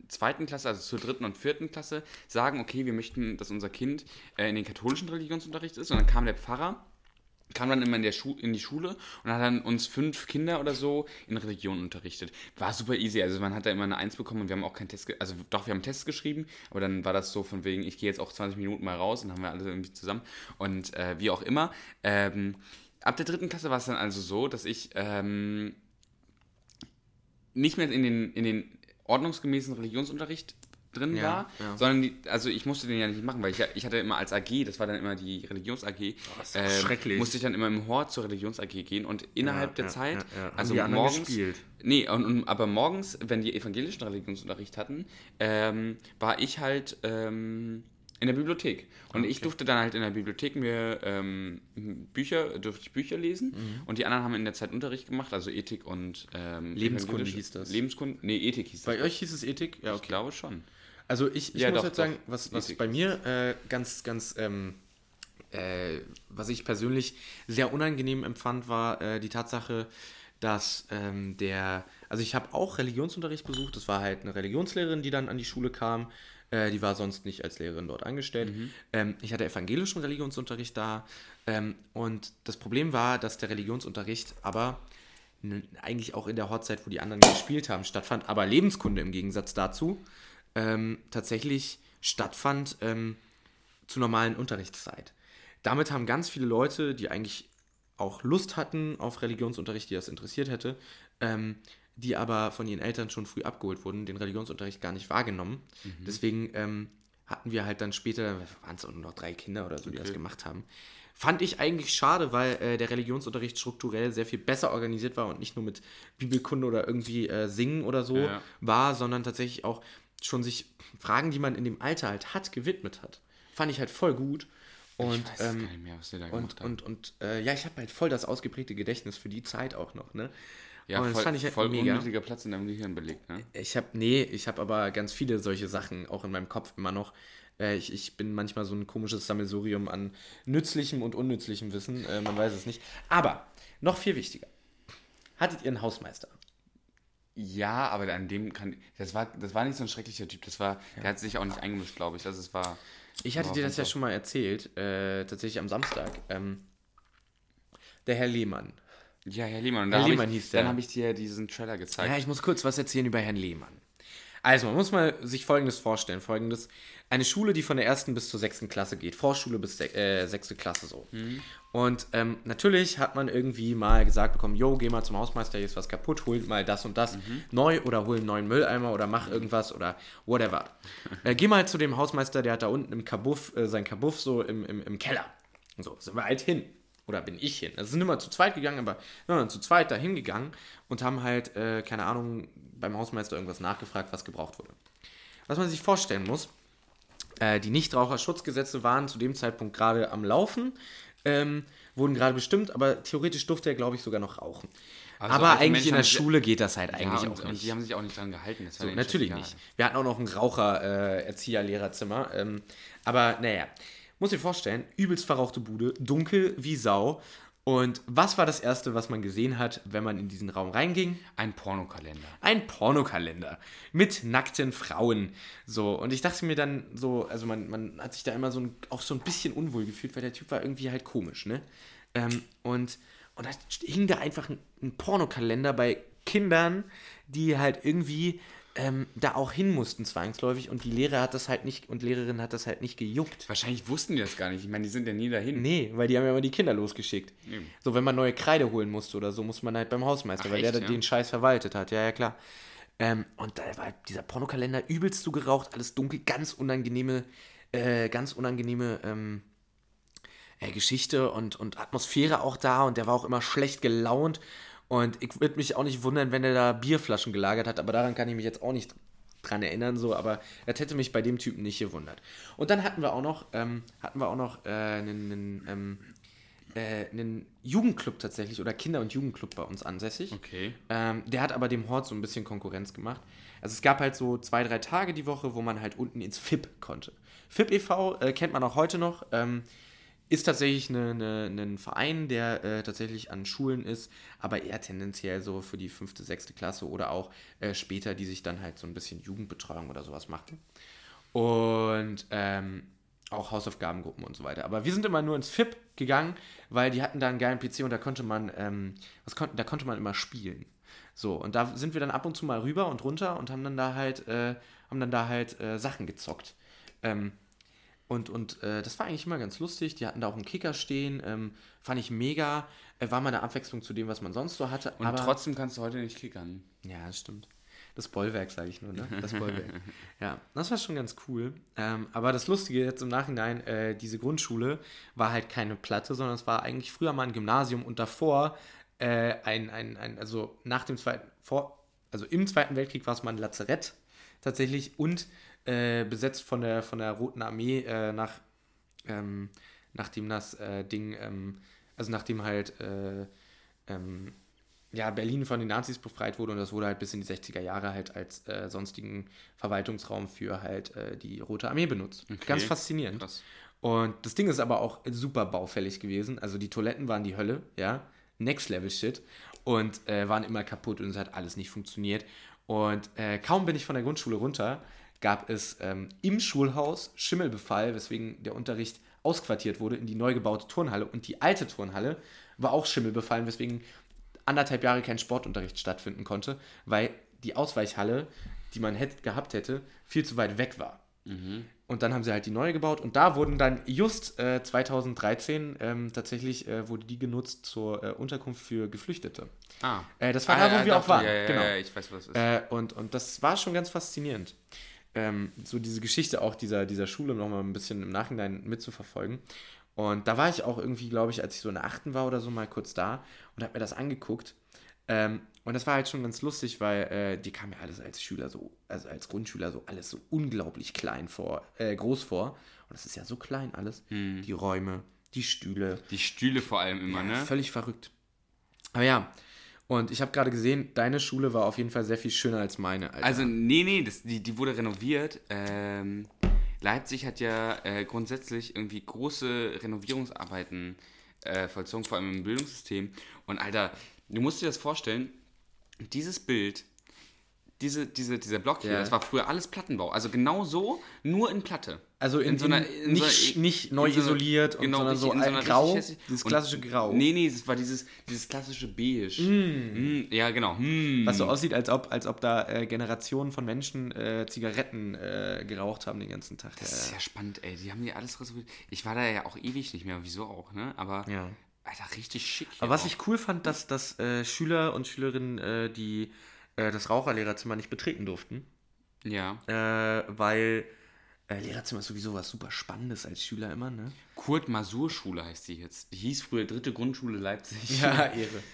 zweiten Klasse, also zur dritten und vierten Klasse, sagen, okay, wir möchten, dass unser Kind äh, in den katholischen Religionsunterricht ist. Und dann kam der Pfarrer, kam dann immer in, der Schu- in die Schule und hat dann uns fünf Kinder oder so in Religion unterrichtet. War super easy, also man hat da immer eine Eins bekommen und wir haben auch keinen Test, ge- also doch, wir haben einen Test geschrieben, aber dann war das so von wegen, ich gehe jetzt auch zwanzig Minuten mal raus und dann haben wir alle irgendwie zusammen und äh, wie auch immer. Ähm, ab der dritten Klasse war es dann also so, dass ich ähm, nicht mehr in den, in den ordnungsgemäßen Religionsunterricht drin Ja, war, ja. sondern die, also ich musste den ja nicht machen, weil ich, ich hatte immer als A G, das war dann immer die Religions-A G, das ist doch ähm, schrecklich. musste ich dann immer im Hort zur Religions-A G gehen und innerhalb Ja, der ja, Zeit, ja, ja. Haben also die anderen morgens, gespielt? nee, und, und, aber morgens, wenn die evangelischen Religionsunterricht hatten, ähm, war ich halt ähm, in der Bibliothek. Und Okay. ich durfte dann halt in der Bibliothek mir ähm, Bücher, durfte ich Bücher lesen Mhm. und die anderen haben in der Zeit Unterricht gemacht, also Ethik und ähm, Lebenskunde evangelische- hieß das. Lebenskunde, nee, Ethik hieß das. Bei euch hieß es Ethik? Ja, Ich glaube schon. Also ich, ich Ja, muss doch, jetzt sagen, doch. was, was Ethik. bei mir äh, ganz, ganz, ähm, äh, was ich persönlich sehr unangenehm empfand, war äh, die Tatsache, dass ähm, der, also ich habe auch Religionsunterricht besucht, das war halt eine Religionslehrerin, die dann an die Schule kam, äh, die war sonst nicht als Lehrerin dort angestellt. Mhm. Ähm, ich hatte evangelischen Religionsunterricht da ähm, und das Problem war, dass der Religionsunterricht aber n- eigentlich auch in der Hotzeit, wo die anderen gespielt haben, stattfand, aber Lebenskunde im Gegensatz dazu ähm, tatsächlich stattfand ähm, zur normalen Unterrichtszeit. Damit haben ganz viele Leute, die eigentlich auch Lust hatten auf Religionsunterricht, die das interessiert hätte, ähm, die aber von ihren Eltern schon früh abgeholt wurden, den Religionsunterricht gar nicht wahrgenommen. Deswegen ähm, hatten wir halt dann später, waren es auch nur noch drei Kinder oder so, die das Okay. gemacht haben. Fand ich eigentlich schade, weil äh, der Religionsunterricht strukturell sehr viel besser organisiert war und nicht nur mit Bibelkunde oder irgendwie äh, Singen oder so Ja. war, sondern tatsächlich auch schon sich Fragen, die man in dem Alter halt hat, gewidmet hat. Fand ich halt voll gut. Und, ich weiß ähm, gar nicht mehr, was wir da und, gemacht haben. und, und äh, ja, ich habe halt voll das ausgeprägte Gedächtnis für die Zeit auch noch, ne? ja, und das voll, fand ich halt voll mega. unnötiger Platz in deinem Gehirn belegt, ne? Ich habe, nee, ich habe aber ganz viele solche Sachen auch in meinem Kopf immer noch. Äh, ich, ich bin manchmal so ein komisches Sammelsurium an nützlichem und unnützlichem Wissen. Äh, man weiß es nicht. Aber noch viel wichtiger. Hattet ihr einen Hausmeister? Ja, aber an dem kann. Das war, das war nicht so ein schrecklicher Typ. Das war, der hat sich auch nicht eingemischt, glaube ich. Also es war. Ich hatte war dir das ja einfach- schon mal erzählt, äh, tatsächlich am Samstag. Ähm, der Herr Lehmann. Ja, Herr Lehmann. Und Herr da hab Lehmann ich, hieß der. Dann habe ich dir diesen Trailer gezeigt. Ja, ich muss kurz was erzählen über Herrn Lehmann. Also, man muss mal sich Folgendes vorstellen. Folgendes. Eine Schule, die von der ersten bis zur sechsten Klasse geht. Vorschule bis sech- äh, sechste Klasse so. Und ähm, natürlich hat man irgendwie mal gesagt bekommen, jo, geh mal zum Hausmeister, hier ist was kaputt, hol mal das und das neu oder hol einen neuen Mülleimer oder mach irgendwas oder whatever. äh, geh mal zu dem Hausmeister, der hat da unten im Kabuff, äh, sein Kabuff so im, im, im Keller. So, sind wir halt hin. Oder bin ich hin. Also sind immer zu zweit gegangen, aber sind dann zu zweit da hingegangen und haben halt, äh, keine Ahnung, beim Hausmeister irgendwas nachgefragt, was gebraucht wurde. Was man sich vorstellen muss, äh, die Nichtraucherschutzgesetze waren zu dem Zeitpunkt gerade am Laufen, ähm, wurden gerade bestimmt, aber theoretisch durfte er, glaube ich, sogar noch rauchen. Also aber alte eigentlich Menschen in der haben sich- Schule geht das halt ja, eigentlich und, auch und nicht. die haben sich auch nicht dran gehalten. Das war So, denen natürlich scheißegal. nicht. Wir hatten auch noch ein Raucher-Erzieher-Lehrerzimmer. Ähm, aber naja, muss dir vorstellen, übelst verrauchte Bude, dunkel wie Sau. Und was war das Erste, was man gesehen hat, wenn man in diesen Raum reinging? Ein Pornokalender. Ein Pornokalender mit nackten Frauen. So, und ich dachte mir dann so, also man, man hat sich da immer so ein, auch so ein bisschen unwohl gefühlt, weil der Typ war irgendwie halt komisch, ne? Ähm, und, und da hing da einfach ein, ein Pornokalender bei Kindern, die halt irgendwie ähm, da auch hin mussten zwangsläufig und die Lehrer hat das halt nicht und Lehrerin hat das halt nicht gejuckt. Wahrscheinlich wussten die das gar nicht. Ich meine, die sind ja nie dahin. Nee, weil die haben ja immer die Kinder losgeschickt. Eben. So, wenn man neue Kreide holen musste oder so, muss man halt beim Hausmeister, Ach, weil echt, der ja? den Scheiß verwaltet hat. Ja, ja, klar. Ähm, und da war dieser Pornokalender übelst zugeraucht, alles dunkel, ganz unangenehme, äh, ganz unangenehme ähm, äh, Geschichte und, und Atmosphäre auch da und der war auch immer schlecht gelaunt und ich würde mich auch nicht wundern, wenn er da Bierflaschen gelagert hat, aber daran kann ich mich jetzt auch nicht dran erinnern, so, aber das hätte mich bei dem Typen nicht gewundert. Und dann hatten wir auch noch, ähm, hatten wir auch noch äh, einen, einen, ähm, äh, einen Jugendclub tatsächlich oder Kinder- und Jugendclub bei uns ansässig. Okay. Ähm, der hat aber dem Hort so ein bisschen Konkurrenz gemacht. Also es gab halt so zwei, drei Tage die Woche, wo man halt unten ins F I P konnte. F I P e V äh, kennt man auch heute noch. Ähm, ist tatsächlich eine, eine, ein Verein, der äh, tatsächlich an Schulen ist, aber eher tendenziell so für die fünfte, sechste Klasse oder auch äh, später, die sich dann halt so ein bisschen Jugendbetreuung oder sowas machen. Und ähm, auch Hausaufgabengruppen und so weiter. Aber wir sind immer nur ins F I P gegangen, weil die hatten da einen geilen P C und da konnte man, ähm, was kon- da konnte man immer spielen. So, und da sind wir dann ab und zu mal rüber und runter und haben dann da halt, äh, haben dann da halt äh, Sachen gezockt. Ähm, und und äh, das war eigentlich immer ganz lustig. Die hatten da auch einen Kicker stehen. Ähm, fand ich mega. Äh, war mal eine Abwechslung zu dem, was man sonst so hatte. Und aber trotzdem kannst du heute nicht kickern. Ja, das stimmt. Das Bollwerk, sage ich nur, ne? Das Bollwerk. Ja, das war schon ganz cool. Ähm, aber das Lustige jetzt im Nachhinein, äh, diese Grundschule war halt keine Platte, sondern es war eigentlich früher mal ein Gymnasium und davor äh, ein, ein, ein, also nach dem Zweiten, vor, also im Zweiten Weltkrieg war es mal ein Lazarett tatsächlich und äh, besetzt von der, von der Roten Armee äh, nach, ähm, nachdem das äh, Ding, ähm, also nachdem halt äh, ähm, ja, Berlin von den Nazis befreit wurde und das wurde halt bis in die sechziger Jahre halt als äh, sonstigen Verwaltungsraum für halt äh, die Rote Armee benutzt. Okay. Ganz faszinierend. Krass. Und das Ding ist aber auch super baufällig gewesen. Also die Toiletten waren die Hölle, ja. Next Level Shit. Und äh, waren immer kaputt und es hat alles nicht funktioniert. Und äh, kaum bin ich von der Grundschule runter, gab es ähm, im Schulhaus Schimmelbefall, weswegen der Unterricht ausquartiert wurde in die neu gebaute Turnhalle. Und die alte Turnhalle war auch schimmelbefallen, weswegen anderthalb Jahre kein Sportunterricht stattfinden konnte, weil die Ausweichhalle, die man hätte, gehabt hätte, viel zu weit weg war. Mhm. Und dann haben sie halt die neue gebaut und da wurden dann just äh, zweitausenddreizehn ähm, tatsächlich äh, wurde die genutzt zur äh, Unterkunft für Geflüchtete. Ah. Äh, das war ah, da, wo ja, wir doch, auch waren. Ja, ja, genau. ja, ich weiß, was das ist. Äh, und, und das war schon ganz faszinierend. Ähm, so diese Geschichte auch dieser, dieser Schule nochmal ein bisschen im Nachhinein mitzuverfolgen. Und da war ich auch irgendwie, glaube ich, als ich so in der achten war oder so, mal kurz da und habe mir das angeguckt. Ähm, und das war halt schon ganz lustig, weil äh, die kam mir alles als Schüler so, also als Grundschüler so alles so unglaublich klein vor, äh, groß vor. Und das ist ja so klein alles. Hm. Die Räume, die Stühle. Die Stühle vor allem immer, Ja, ne? völlig verrückt. Aber ja, und ich habe gerade gesehen, deine Schule war auf jeden Fall sehr viel schöner als meine. Alter. Also, nee, nee, das, die, die wurde renoviert. Ähm, Leipzig hat ja äh, grundsätzlich irgendwie große Renovierungsarbeiten äh, vollzogen, vor allem im Bildungssystem. Und Alter, du musst dir das vorstellen, dieses Bild, diese, diese, dieser Block hier, Ja. das war früher alles Plattenbau. Also genau so, nur in Platte. Also in, in so einer- in, in so nicht, einer- nicht neu in so einer- isoliert, und, genau, sondern richtig, so, in so ein einer Grau, richtig hässlich- dieses und- klassische Grau. Nee, nee, es war dieses, dieses klassische Beige. Mm. Ja, genau. Mm. Was so aussieht, als ob, als ob da äh, Generationen von Menschen äh, Zigaretten äh, geraucht haben den ganzen Tag. Das ist ja spannend, ey. Die haben hier alles reserviert. Ich war da ja auch ewig nicht mehr, wieso auch, ne? Aber, Ja. Alter, richtig schick hier Aber was auch. ich cool fand, dass, dass äh, Schüler und Schülerinnen äh, die äh, das Raucherlehrerzimmer nicht betreten durften. Ja. Äh, weil äh, Lehrerzimmer ist sowieso was super Spannendes als Schüler immer, ne? Kurt-Masur-Schule heißt die jetzt. Die hieß früher Dritte Grundschule Leipzig. Ehre.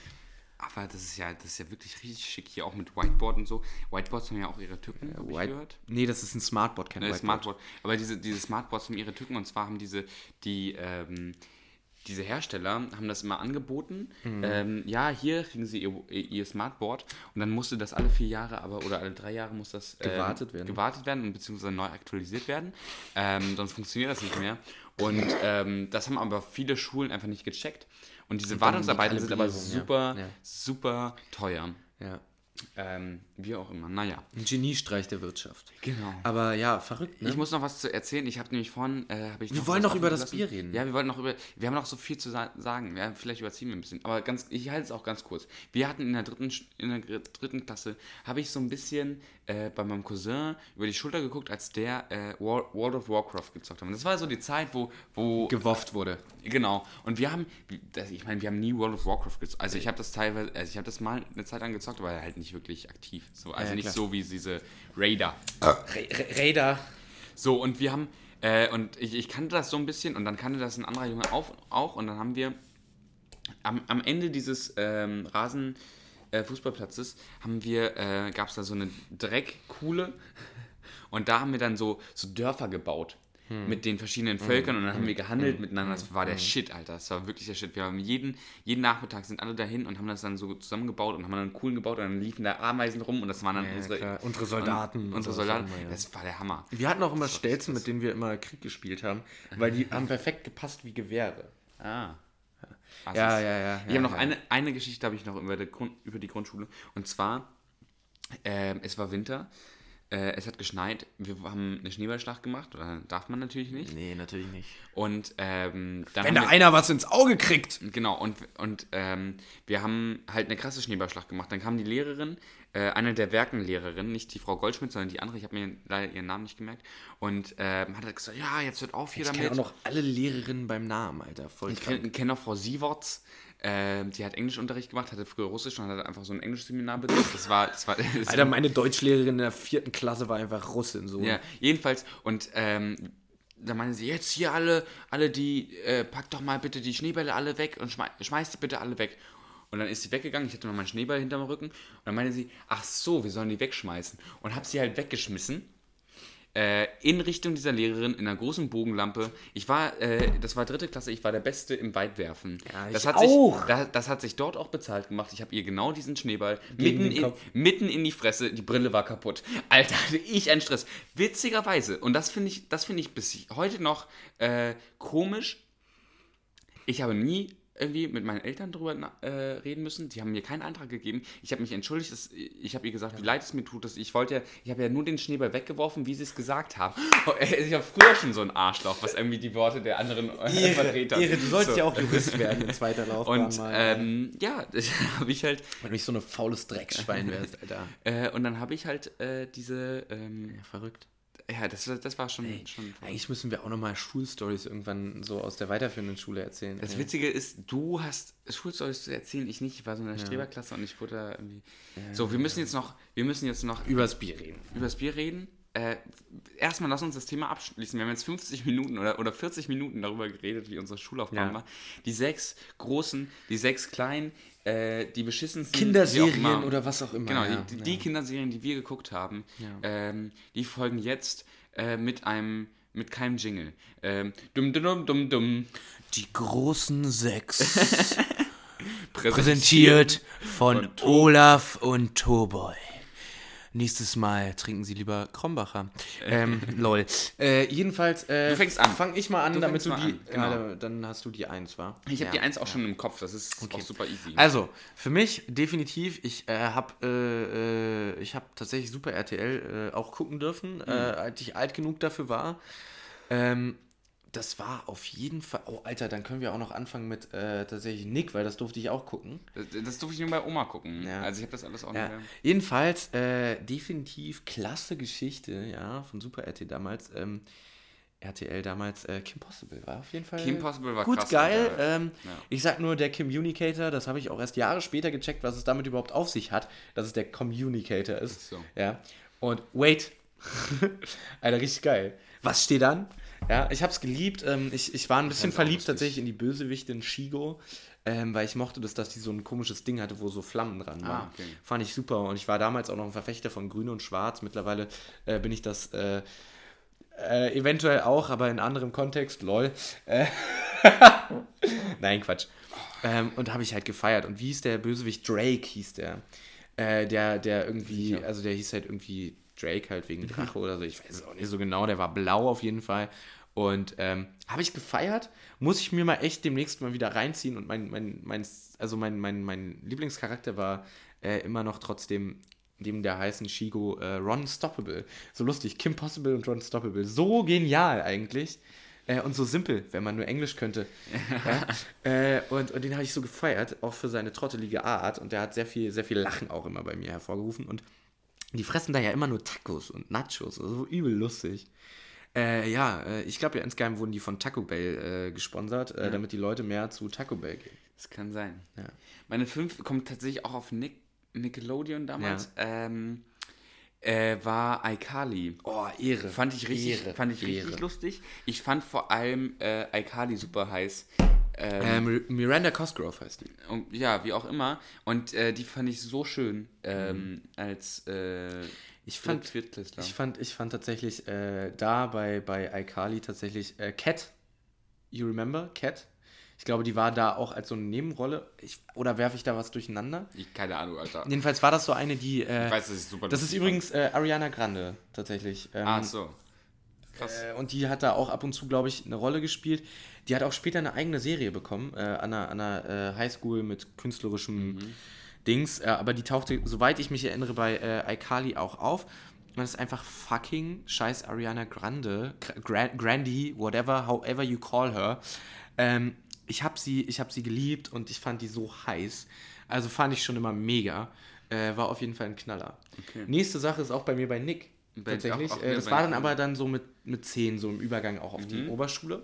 Aber das ist ja, das ist ja wirklich richtig schick hier, auch mit Whiteboard und so. Whiteboards haben ja auch ihre Tücken, hab ich White- gehört. Nee, das ist ein Smartboard, kein Ne, Whiteboard. Smartboard. Aber diese, diese Smartboards haben ihre Tücken und zwar haben diese, die, ähm, diese Hersteller haben das immer angeboten. Mhm. Ähm, ja, hier kriegen sie ihr, ihr Smartboard und dann musste das alle vier Jahre, aber oder alle drei Jahre muss das ähm, Gewartet werden. gewartet werden und beziehungsweise neu aktualisiert werden. Ähm, sonst funktioniert das nicht mehr. Und ähm, das haben aber viele Schulen einfach nicht gecheckt. Und diese Und dann die Wartungsarbeiten sind aber Kalibrierung, ja. super, Ja. super teuer. Ja. Ähm, wie auch immer. Naja. Ein Geniestreich der Wirtschaft. Genau. Aber ja, verrückt, ne? Ich muss noch was zu erzählen. Ich habe nämlich vorhin, äh, habe ich Wir noch wollen was doch über offen das gelassen. Bier reden. Ja, wir wollten noch über, wir haben noch so viel zu sa- sagen. Ja, vielleicht überziehen wir ein bisschen. Aber ganz, ich halte es auch ganz kurz. Wir hatten in der dritten, Sch- in der gr- dritten Klasse, habe ich so ein bisschen äh, bei meinem Cousin über die Schulter geguckt, als der äh, War- World of Warcraft gezockt hat. Und das war so die Zeit, wo, wo gewofft wurde. Genau. Und wir haben, das, ich meine, wir haben nie World of Warcraft gezockt. Also ich habe das teilweise, also ich habe das mal eine Zeit lang gezockt, aber halt nicht wirklich aktiv. So, also Ja, ja, nicht klar. so wie diese Raider. Ra- Raider. So, und wir haben, äh, und ich, ich kannte das so ein bisschen und dann kannte das ein anderer Junge auch, auch und dann haben wir am, am Ende dieses ähm, Rasen äh, Fußballplatzes haben wir, äh, gab es da so eine Dreckkuhle und da haben wir dann so, so Dörfer gebaut. hm. mit den verschiedenen Völkern hm. und dann haben wir gehandelt hm. miteinander. Das war der hm. Shit, Alter. Das war wirklich der Shit. Wir haben jeden, jeden Nachmittag sind alle dahin und haben das dann so zusammengebaut und haben dann einen coolen gebaut und dann liefen da Ameisen rum und das waren dann ja, unsere, unsere Soldaten. Und, unsere Soldaten. Immer, ja. Das war der Hammer. Wir hatten auch immer Stelzen, mit denen wir immer Krieg gespielt haben, weil die haben perfekt gepasst wie Gewehre. Ah. Also ja, ja, ja. Ich ja, habe noch ja. eine, eine Geschichte habe ich noch über die, Grund, über die Grundschule. Und zwar, äh, es war Winter, äh, es hat geschneit, wir haben eine Schneeballschlacht gemacht, oder darf man natürlich nicht. Nee, natürlich nicht. Und ähm, dann wenn da wir, einer was ins Auge kriegt. Genau, und, und ähm, wir haben halt eine krasse Schneeballschlacht gemacht. Dann kam die Lehrerin, äh, eine der Werkenlehrerinnen, nicht die Frau Goldschmidt, sondern die andere, ich habe mir leider ihren Namen nicht gemerkt, und ähm, hat halt gesagt, ja, jetzt hört auf hier ich damit. Ich kenne auch noch alle Lehrerinnen beim Namen, Alter. Voll ich kenne kenn auch Frau Sieverts, äh, die hat Englischunterricht gemacht, hatte früher Russisch und hat einfach so ein Englischseminar besucht. Das war, das war das Alter, meine Deutschlehrerin in der vierten Klasse war einfach Russin. So. Ja, jedenfalls, und ähm, da meinte sie, jetzt hier alle, alle die, äh, packt doch mal bitte die Schneebälle alle weg und schmei schmeißt die bitte alle weg. Und dann ist sie weggegangen, ich hatte noch meinen Schneeball hinterm Rücken. Und dann meinte sie, ach so, wir sollen die wegschmeißen. Und habe sie halt weggeschmissen. Äh, in Richtung dieser Lehrerin, in einer großen Bogenlampe. Ich war, äh, das war dritte Klasse, ich war der Beste im Weitwerfen. Ja, das ich hat auch. Sich, das, das hat sich dort auch bezahlt gemacht. Ich habe ihr genau diesen Schneeball mitten in, mitten in die Fresse, die Brille war kaputt. Alter, hatte ich einen Stress. Witzigerweise, und das finde ich, das finde ich bis heute noch äh, komisch. Ich habe nie irgendwie mit meinen Eltern drüber äh, reden müssen. Die haben mir keinen Antrag gegeben. Ich habe mich entschuldigt. Dass, ich habe ihr gesagt, ja. wie leid es mir tut. Dass ich wollte ja, ich habe ja nur den Schneeball weggeworfen, wie sie es gesagt haben. Ich war früher schon so ein Arschloch, was irgendwie die Worte der anderen äh, Vertreter. Ehre, du sollst so. ja auch Jurist werden in zweiter Laufbahn. Und mal. Ähm, ja, das habe ich halt. Wenn du nicht so eine faules Drecksschwein wärst, Alter. äh, und dann habe ich halt äh, diese. Ähm, ja, verrückt. Ja, das, das war schon... Ey, schon eigentlich müssen wir auch nochmal Schulstories irgendwann so aus der weiterführenden Schule erzählen. Das ey. Witzige ist, du hast Schulstories zu erzählen, ich nicht. Ich war so in der ja. Streberklasse und ich wurde da irgendwie... Ja, so, wir müssen jetzt noch... Wir müssen jetzt noch... Übers Bier reden. Übers Bier reden. Äh, erstmal lass uns das Thema abschließen. Wir haben jetzt fünfzig Minuten oder, oder vierzig Minuten darüber geredet, wie unsere Schullaufbahn ja. war. Die sechs großen, die sechs kleinen, äh, die beschissensten... Kinderserien oder was auch immer. Genau, ja. die, die ja. Kinderserien, die wir geguckt haben, ja. ähm, die folgen jetzt äh, mit einem... mit keinem Jingle. Ähm, dumm, dumm, dumm, dumm. Die großen sechs. Präsentiert von, von Olaf und Toboy. Nächstes Mal trinken Sie lieber Krombacher. Ähm, lol. Äh, jedenfalls äh, du fängst an. Fang ich mal an, du damit du die... An. Genau. Ja, dann hast du die eins, wa? Ich habe ja. die eins auch ja. schon im Kopf. Das ist okay. auch super easy. Also, für mich definitiv, ich äh, habe äh, äh, ich hab tatsächlich Super R T L äh, auch gucken dürfen, mhm. äh, als ich alt genug dafür war. Ähm, das war auf jeden Fall... Oh, Alter, dann können wir auch noch anfangen mit äh, tatsächlich Nick, weil das durfte ich auch gucken. Das, das durfte ich nur bei Oma gucken. Ja. Also ich habe das alles auch ja. nicht mehr. Jedenfalls, äh, definitiv klasse Geschichte, ja, von Super R T L damals. Ähm, R T L damals, äh, Kim Possible war auf jeden Fall Kim Possible war gut krass, geil. Ähm, ja. Ich sag nur, der Communicator, das habe ich auch erst Jahre später gecheckt, was es damit überhaupt auf sich hat, dass es der Communicator ist. So. Ja. Und wait, Alter, richtig geil. Was steht an? Ja, ich hab's geliebt. Ähm, ich, ich war ein bisschen verliebt tatsächlich in die Bösewichtin Shigo, ähm, weil ich mochte das, dass die so ein komisches Ding hatte, wo so Flammen dran waren. Ah, okay. Fand ich super. Und ich war damals auch noch ein Verfechter von Grün und Schwarz. Mittlerweile äh, bin ich das äh, äh, eventuell auch, aber in anderem Kontext. Lol. Äh Nein, Quatsch. Ähm, und habe ich halt gefeiert. Und wie hieß der Bösewicht? Drake hieß der. Äh, der, der irgendwie, also der hieß halt irgendwie Drake halt wegen Drache oder so. Ich weiß es auch nicht so genau. Der war blau auf jeden Fall. Und ähm, habe ich gefeiert. Muss ich mir mal echt demnächst mal wieder reinziehen. Und mein, mein, mein, also mein, mein, mein Lieblingscharakter war äh, immer noch trotzdem neben der heißen Shigo äh, Ron Stoppable. So lustig. Kim Possible und Ron Stoppable. So genial eigentlich. Äh, und so simpel, wenn man nur Englisch könnte. ja? äh, und, und den habe ich so gefeiert, auch für seine trottelige Art. Und der hat sehr viel, sehr viel Lachen auch immer bei mir hervorgerufen. Und die fressen da ja immer nur Tacos und Nachos. Also übel lustig. Äh, ja, äh, ich glaube ja insgeheim wurden die von Taco Bell äh, gesponsert, äh, ja. damit die Leute mehr zu Taco Bell gehen. Das kann sein. Ja. Meine fünf kommt tatsächlich auch auf Nick, Nickelodeon damals. Ja. Ähm, äh, war iCarly. Oh, Ehre. Fand ich richtig, Ehre. Fand ich Ehre. richtig lustig. Ich fand vor allem äh, iCarly super heiß. Ähm, ähm, Miranda Cosgrove heißt die. Und, ja, wie auch immer. Und äh, die fand ich so schön, ähm, mhm. als... Äh, Ich fand, Viertklässler. ich fand, ich fand tatsächlich äh, da bei, bei iCarly tatsächlich äh, Cat. You remember? Cat? Ich glaube, die war da auch als so eine Nebenrolle. Ich, oder werfe ich da was durcheinander? Ich, keine Ahnung, Alter. Jedenfalls war das so eine, die... Äh, Ich weiß, das ist super Das ist lustig übrigens äh, Ariana Grande, tatsächlich. Ähm, fand. Ah, so. Krass. Äh, und die hat da auch ab und zu, glaube ich, eine Rolle gespielt. Die hat auch später eine eigene Serie bekommen, äh, an einer, an einer äh, Highschool mit künstlerischem Mhm. Dings. Äh, aber die tauchte, soweit ich mich erinnere, bei äh, iCarly auch auf. Und das ist einfach fucking scheiß Ariana Grande, Gra Grandi, whatever, however you call her. Ähm, ich habe sie, ich hab sie geliebt und ich fand die so heiß. Also fand ich schon immer mega. Äh, war auf jeden Fall ein Knaller. Okay. Nächste Sache ist auch bei mir bei Nick. Bei- Tatsächlich. auch- auch Äh, wieder das bei war dann Nick. aber dann so mit, mit zehn, so im Übergang auch auf Mhm. die Oberschule.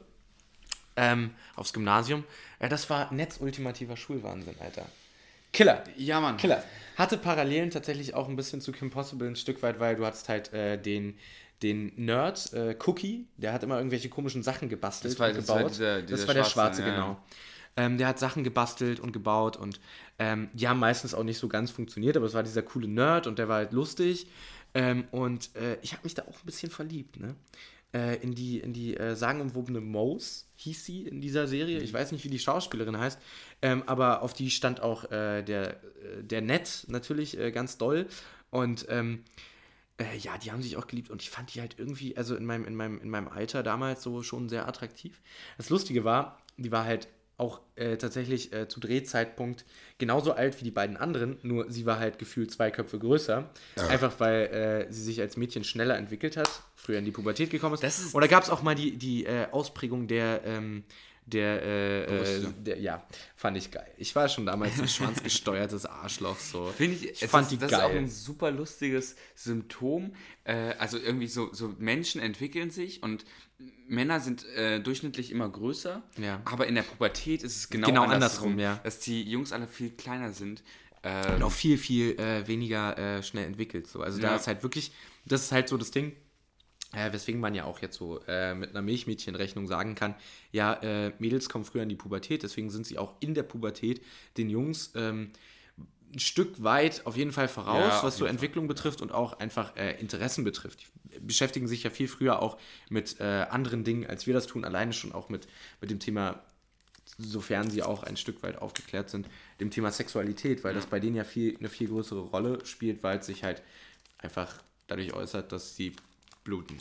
Ähm, aufs Gymnasium. Äh, das war netzultimativer Schulwahnsinn, Alter. Killer. Ja, Mann. Killer. Hatte Parallelen tatsächlich auch ein bisschen zu Kim Possible ein Stück weit, weil du hattest halt äh, den, den Nerd, äh, Cookie, der hat immer irgendwelche komischen Sachen gebastelt Das war- und das gebaut. war dieser- dieser das war der Schwarze, Schwarze, ja, genau. ja. Ähm, der hat Sachen gebastelt und gebaut und ähm, die haben meistens auch nicht so ganz funktioniert, aber es war dieser coole Nerd und der war halt lustig. Ähm, und äh, ich habe mich da auch ein bisschen verliebt, ne? Äh, in die, in die äh, sagenumwobene Mose hieß sie in dieser Serie. Ich weiß nicht, wie die Schauspielerin heißt, ähm, aber auf die stand auch äh, der, äh, der Ned natürlich äh, ganz doll. Und ähm, äh, ja, die haben sich auch geliebt und ich fand die halt irgendwie, also in meinem, in meinem, in meinem Alter damals so schon sehr attraktiv. Das Lustige war, die war halt auch äh, tatsächlich äh, zu Drehzeitpunkt genauso alt wie die beiden anderen, nur sie war halt gefühlt zwei Köpfe größer. Einfach weil äh, sie sich als Mädchen schneller entwickelt hat, früher in die Pubertät gekommen ist. Das ist- Und da gab es auch mal die, die äh, Ausprägung der, ähm, der, äh, äh, Brüste. der, ja, fand ich geil. Ich war schon damals ein schwanzgesteuertes Arschloch, so. Finde ich, ich es fand ist, die das geil. ist auch ein super lustiges Symptom. Äh, also irgendwie so, so Menschen entwickeln sich und Männer sind äh, durchschnittlich immer größer, Ja. aber in der Pubertät ist es genau, Genau andersrum, andersrum, ja. dass die Jungs alle viel kleiner sind. Und Ähm, auch viel, viel äh, weniger äh, schnell entwickelt. So. Also da Ja. ist halt wirklich, das ist halt so das Ding, äh, weswegen man ja auch jetzt so äh, mit einer Milchmädchenrechnung sagen kann, ja, äh, Mädels kommen früher in die Pubertät, deswegen sind sie auch in der Pubertät den Jungs ähm, ein Stück weit auf jeden Fall voraus, Ja, auf was so jeden Entwicklung betrifft und auch einfach äh, Interessen betrifft. Die beschäftigen sich ja viel früher auch mit äh, anderen Dingen, als wir das tun, alleine schon auch mit, mit dem Thema, sofern sie auch ein Stück weit aufgeklärt sind, dem Thema Sexualität, weil das bei denen ja viel, eine viel größere Rolle spielt, weil es sich halt einfach dadurch äußert, dass sie bluten.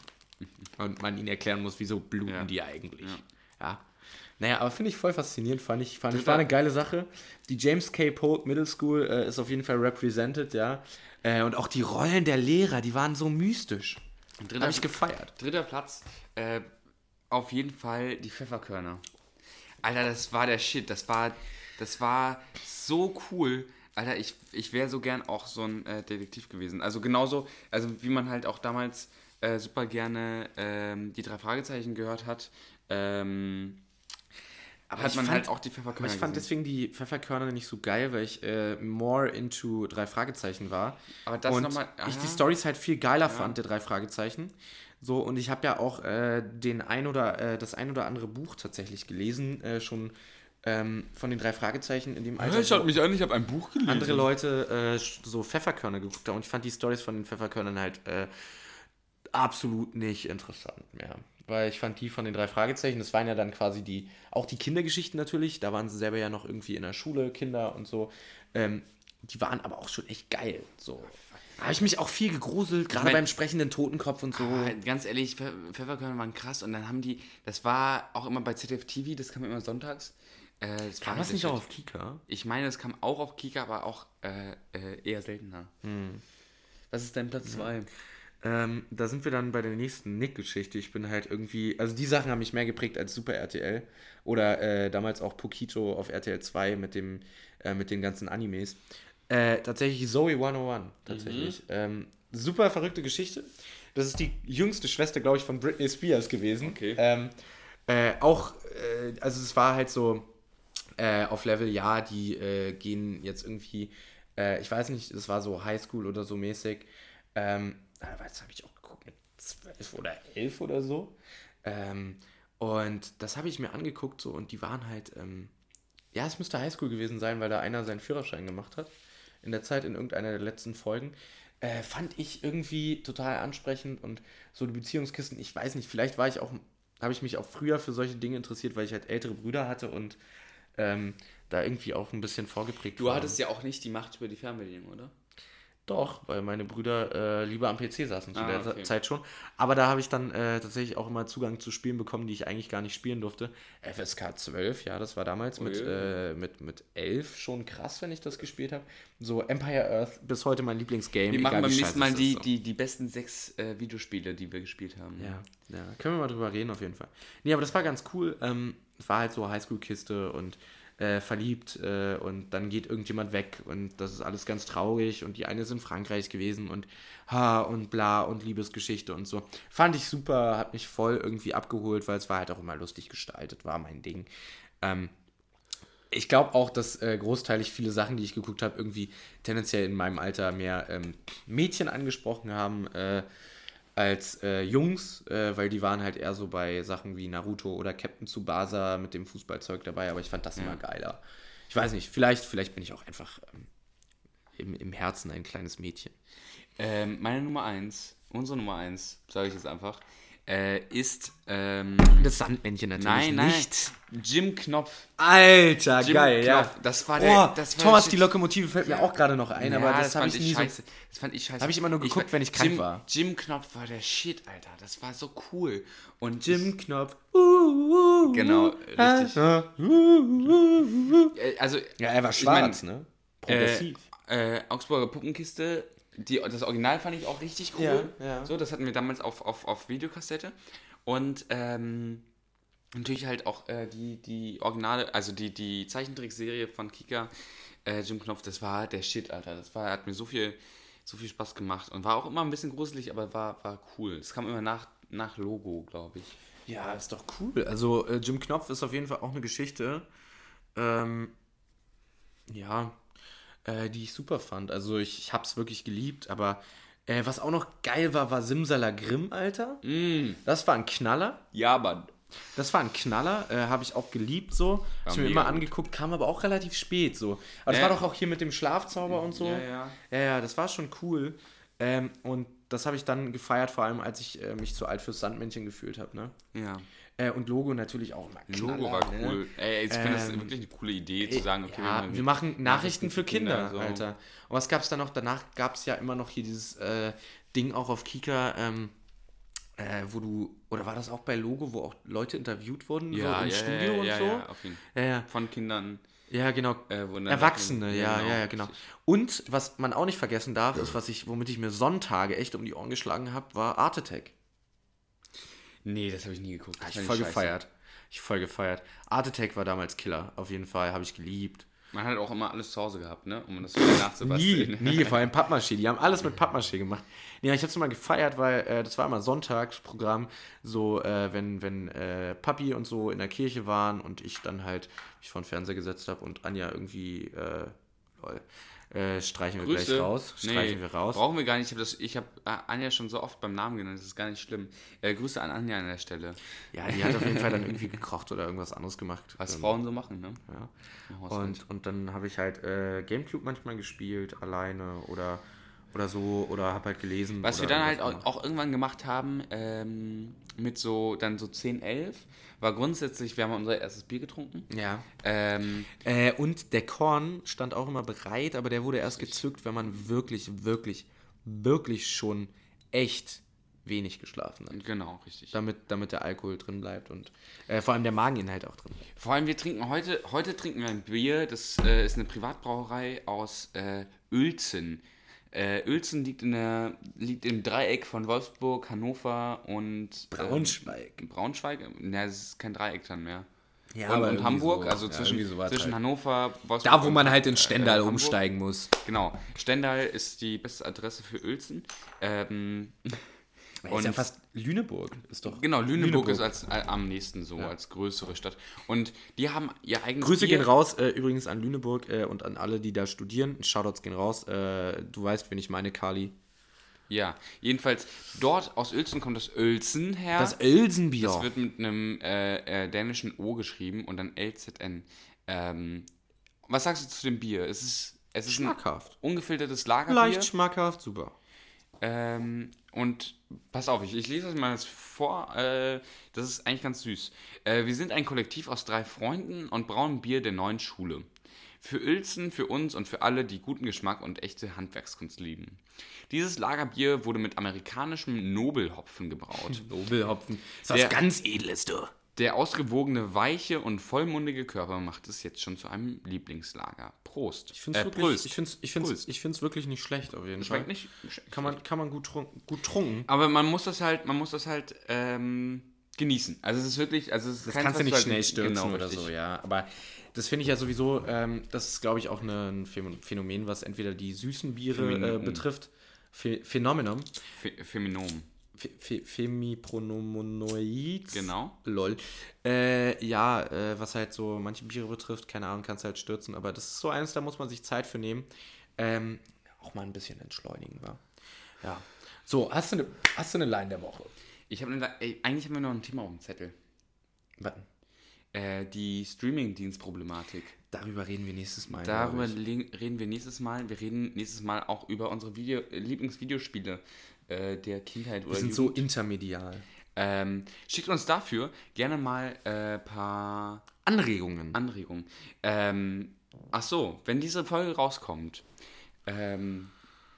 Und man ihnen erklären muss, wieso bluten Ja. die eigentlich. Ja. Ja. Naja, aber finde ich voll faszinierend, fand ich, fand ich, Dritter- war eine geile Sache. Die James K. Polk Middle School äh, ist auf jeden Fall represented, ja. Äh, und auch die Rollen der Lehrer, die waren so mystisch. dritter, Habe ich gefeiert. dritter Platz, äh, auf jeden Fall die Pfefferkörner. Alter, das war der Shit. Das war, das war so cool. Alter, ich, ich wäre so gern auch so ein äh, Detektiv gewesen. Also genauso, also wie man halt auch damals äh, super gerne ähm, die drei Fragezeichen gehört hat, ähm, Aber hat ich man fand- halt auch die Pfefferkörner Aber ich fand gesehen. deswegen die Pfefferkörner nicht so geil, weil ich äh, more into drei Fragezeichen war. Aber das und nochmal- ich ah. die Storys halt viel geiler fand, der drei Fragezeichen. So, und ich habe ja auch äh, den ein oder äh, das ein oder andere Buch tatsächlich gelesen, äh, schon ähm, von den drei Fragezeichen in dem Alter. wo mich an, ich habe ein Buch gelesen. andere Leute äh, so Pfefferkörner geguckt haben und ich fand die Storys von den Pfefferkörnern halt äh, absolut nicht interessant mehr. Weil ich fand die von den drei Fragezeichen, das waren ja dann quasi die, auch die Kindergeschichten natürlich, da waren sie selber ja noch irgendwie in der Schule, Kinder und so, ähm, die waren aber auch schon echt geil, so. Da habe ich mich auch viel gegruselt, gerade mein- beim sprechenden Totenkopf und so. Ah, ganz ehrlich, Pfe- Pfefferkörner waren krass und dann haben die, das war auch immer bei Z D F T V, das kam immer sonntags. Äh, das war Kam halt das der nicht Shit. auch auf Kika? Ich meine, es kam auch auf Kika, aber auch äh, äh, eher seltener. Hm. Was ist dein Platz zwei? Ähm, da sind wir dann bei der nächsten Nick-Geschichte. Ich bin halt irgendwie, also die Sachen haben mich mehr geprägt als Super R T L oder äh, damals auch Pokito auf R T L zwei mit dem äh, mit den ganzen Animes. Äh, tatsächlich Zoe hundertundeins, tatsächlich. Ähm, super verrückte Geschichte. Das ist die jüngste Schwester, glaube ich, von Britney Spears gewesen. Okay. Ähm, äh, auch, äh, also es war halt so äh, auf Level, ja, die äh, gehen jetzt irgendwie, äh, ich weiß nicht, es war so Highschool oder so mäßig. Ähm, aber jetzt habe ich auch geguckt, mit zwölf oder elf oder so. Ähm, und das habe ich mir angeguckt so und die waren halt, ähm, ja, es müsste Highschool gewesen sein, weil da einer seinen Führerschein gemacht hat. In der Zeit, in irgendeiner der letzten Folgen. Äh, fand ich irgendwie total ansprechend und so die Beziehungskisten, ich weiß nicht, vielleicht war ich auch, habe ich mich auch früher für solche Dinge interessiert, weil ich halt ältere Brüder hatte und ähm, da irgendwie auch ein bisschen vorgeprägt Du war. hattest ja auch nicht die Macht über die Fernbedienung, oder? Doch, weil meine Brüder äh, lieber am P C saßen zu Ah, der okay. Zeit schon. Aber da habe ich dann äh, tatsächlich auch immer Zugang zu Spielen bekommen, die ich eigentlich gar nicht spielen durfte. F S K zwölf, ja, das war damals Oh, mit, ja. äh, mit, mit elf schon krass, wenn ich das gespielt habe. So Empire Earth, bis heute mein Lieblingsgame. Wir machen egal beim wie nächsten scheiße Mal es die, ist, so. die, die besten sechs äh, Videospiele, die wir gespielt haben. Ja, ja, können wir mal drüber reden auf jeden Fall. Nee, aber das war ganz cool. Ähm, es war halt so Highschool-Kiste und äh, verliebt äh, und dann geht irgendjemand weg und das ist alles ganz traurig und die eine ist in Frankreich gewesen und ha und bla und Liebesgeschichte und so. Fand ich super, hat mich voll irgendwie abgeholt, weil es war halt auch immer lustig gestaltet, war mein Ding. Ähm, ich glaube auch, dass äh, großteilig viele Sachen, die ich geguckt habe, irgendwie tendenziell in meinem Alter mehr ähm, Mädchen angesprochen haben, äh, als äh, Jungs, äh, weil die waren halt eher so bei Sachen wie Naruto oder Captain Tsubasa mit dem Fußballzeug dabei, aber ich fand das Ja. immer geiler. Ich weiß nicht, vielleicht, vielleicht bin ich auch einfach ähm, im, im Herzen ein kleines Mädchen. Ähm, meine Nummer eins, unsere Nummer eins, sage ich jetzt einfach, äh, ist ähm, Das Sandmännchen natürlich nein, nein, nicht. Jim Knopf. Alter, Jim geil, Knopf, ja. das war Oh, der, das war Thomas, der die Shit. Lokomotive fällt mir auch gerade noch ein, Ja, aber das, habe fand ich nie scheiße. so... Das fand ich scheiße. Hab ich immer nur geguckt, war- wenn ich krank Jim, war. Jim Knopf war der Shit, Alter. Das war so cool. Und Jim Knopf. Uh, uh, Genau, uh, richtig. ah, uh, uh, uh. äh, also Ja, er war ich mein, schwarz, ne? Progressiv. Äh, äh, Augsburger Puppenkiste, die, das Original fand ich auch richtig cool. Ja, ja. So, das hatten wir damals auf, auf, auf Videokassette. Und ähm, natürlich halt auch äh, die, die Originale, also die, die Zeichentrickserie von Kika, äh, Jim Knopf, das war der Shit, Alter. Das war, hat mir so viel, so viel Spaß gemacht und war auch immer ein bisschen gruselig, aber war, war cool. Es kam immer nach, nach Logo, glaube ich. Ja, ist doch cool. Also äh, Jim Knopf ist auf jeden Fall auch eine Geschichte, ähm, ja, äh, die ich super fand. Also ich, ich hab's wirklich geliebt, aber äh, was auch noch geil war, war Simsalagrim, Alter. Mm, Das war ein Knaller. ja, Mann. Das war ein Knaller, äh, habe ich auch geliebt so. Hab ich mir mega immer gut. angeguckt, kam aber auch relativ spät so. Aber das Ja. war doch auch hier mit dem Schlafzauber und so. Ja, ja. Ja, ja, das war schon cool. Ähm, und das habe ich dann gefeiert, vor allem als ich äh, mich zu alt fürs Sandmännchen gefühlt habe, ne? Ja. Äh, und Logo natürlich auch immer Knaller, Logo war ne? cool. Ey, ich finde das Ähm, wirklich eine coole Idee, zu sagen, okay, ja, machen wir machen Nachrichten für Kinder, so. Alter. Und was gab's da noch? Danach gab es ja immer noch hier dieses äh, Ding auch auf Kika, ähm, äh, wo du, oder war das auch bei Logo, wo auch Leute interviewt wurden, Ja, so im ja, Studio ja, und ja, so? ja, auf jeden Fall. Ja, ja. Von Kindern. Ja, genau. Äh, wo dann Erwachsene, Sachen- ja, ja, ja, genau. richtig. Und was man auch nicht vergessen darf, ist, was ich, womit ich mir Sonntage echt um die Ohren geschlagen habe, war Art Attack. Nee, das habe ich nie geguckt. Das Hab ich fand voll scheiße. gefeiert. Ich voll gefeiert. Art Attack war damals Killer, auf jeden Fall, habe ich geliebt. Man hat auch immer alles zu Hause gehabt, ne? Um das wieder nachzubasteln. Nie, nie, vor allem Pappmaché. Die haben alles mit Pappmaché gemacht. Nee, ich hab's immer gefeiert, weil äh, das war immer Sonntagsprogramm, so, äh, wenn, wenn äh, Papi und so in der Kirche waren und ich dann halt mich vor den Fernseher gesetzt habe und Anja irgendwie, äh, lol, äh, streichen wir Grüße. gleich raus. Streichen Nee, wir raus. brauchen wir gar nicht. Ich habe ich hab äh, Anja schon so oft beim Namen genannt, das ist gar nicht schlimm. Äh, Grüße an Anja an der Stelle. Ja, die hat auf jeden Fall dann irgendwie gekocht oder irgendwas anderes gemacht. Was Ähm, Frauen so machen, ne? Ja. Im Haushalt. Und, und dann habe ich halt äh, Gamecube manchmal gespielt, alleine oder, oder so, oder habe halt gelesen. Was wir oder dann halt irgendwas auch, gemacht. auch irgendwann gemacht haben, ähm, mit so, dann so zehn, elf, war grundsätzlich, wir haben unser erstes Bier getrunken. Ja. Ähm, Äh, und der Korn stand auch immer bereit, aber der wurde erst gezückt, wenn man wirklich, wirklich, wirklich schon echt wenig geschlafen hat. genau, richtig. Damit, damit der Alkohol drin bleibt und äh, vor allem der Mageninhalt auch drin bleibt. Vor allem, wir trinken heute, heute trinken wir ein Bier, das äh, ist eine Privatbrauerei aus äh, Uelzen. Äh, Uelzen liegt, in der, liegt im Dreieck von Wolfsburg, Hannover und Braunschweig. Ähm, Braunschweig? Ja, es ist kein Dreieck dann mehr. Ja, und aber und irgendwie Hamburg, so. also Ja, zwischen, irgendwie so war's zwischen halt. Hannover, Wolfsburg. Da, wo und, man halt in äh, Stendal Hamburg. umsteigen muss. Genau. Stendal ist die beste Adresse für Uelzen. Ähm, Das ist ja fast Lüneburg. Ist doch genau, Lüneburg, Lüneburg. ist als, äh, am nächsten so, als größere Stadt. Und die haben ihr eigenes Grüße Bier. gehen raus, äh, übrigens an Lüneburg äh, und an alle, die da studieren. Shoutouts gehen raus. Äh, du weißt, wen ich meine, Kali. Ja, jedenfalls dort aus Uelzen kommt das Uelzen her. Das Ölsenbier. Das wird mit einem äh, äh, dänischen O geschrieben und dann L Z N. Ähm, was sagst du zu dem Bier? Es ist, es ist ein schmackhaft. ungefiltertes Lagerbier. Leicht schmackhaft, super. Ähm, und pass auf, ich, ich lese das mal vor. Äh, das ist eigentlich ganz süß. Äh, wir sind ein Kollektiv aus drei Freunden und brauen Bier der neuen Schule. Für Uelzen, für uns und für alle, die guten Geschmack und echte Handwerkskunst lieben. Dieses Lagerbier wurde mit amerikanischem Nobelhopfen gebraut. Nobelhopfen. Ist was Der- ganz Edles, du. Der ausgewogene, weiche und vollmundige Körper macht es jetzt schon zu einem Lieblingslager. Prost. Ich finde es Äh, wirklich, Prost. ich find's, ich find's, Prost. ich find's wirklich nicht schlecht auf jeden Schmeckt Fall. nicht. Kann man, kann man gut, trunk, gut trunken. Aber man muss das halt, man muss das halt ähm, genießen. Also es ist wirklich, also es ist Das keins, kannst du was nicht halt- schnell stürzen genau, oder richtig. so, ja. Aber das finde ich ja sowieso, ähm, das ist, glaube ich, auch eine, ein Phän- Phänomen, was entweder die süßen Biere äh, Phänomen. betrifft. Ph- Phänomenon. Ph- Phänomen. Ph- Ph- Phemipronomonoid. Genau. Lol. Äh, ja, äh, was halt so manche Biere betrifft, keine Ahnung, kannst du halt stürzen. Aber das ist so eins, da muss man sich Zeit für nehmen. Ähm, auch mal ein bisschen entschleunigen, wa? Ja. So, hast du eine, hast du eine Line der Woche? Ich habe eigentlich haben wir noch ein Thema auf dem Zettel. Warten. Äh, die Streaming-Dienst-Problematik. Darüber reden wir nächstes Mal. Darüber glaub ich. le- reden wir nächstes Mal. Wir reden nächstes Mal auch über unsere Video äh, Lieblingsvideospiele äh, der Kindheit oder Wir sind Jugend. so intermedial. Ähm, schickt uns dafür gerne mal ein äh, paar Anregungen. Anregungen. Ähm, ach so, wenn diese Folge rauskommt, ähm,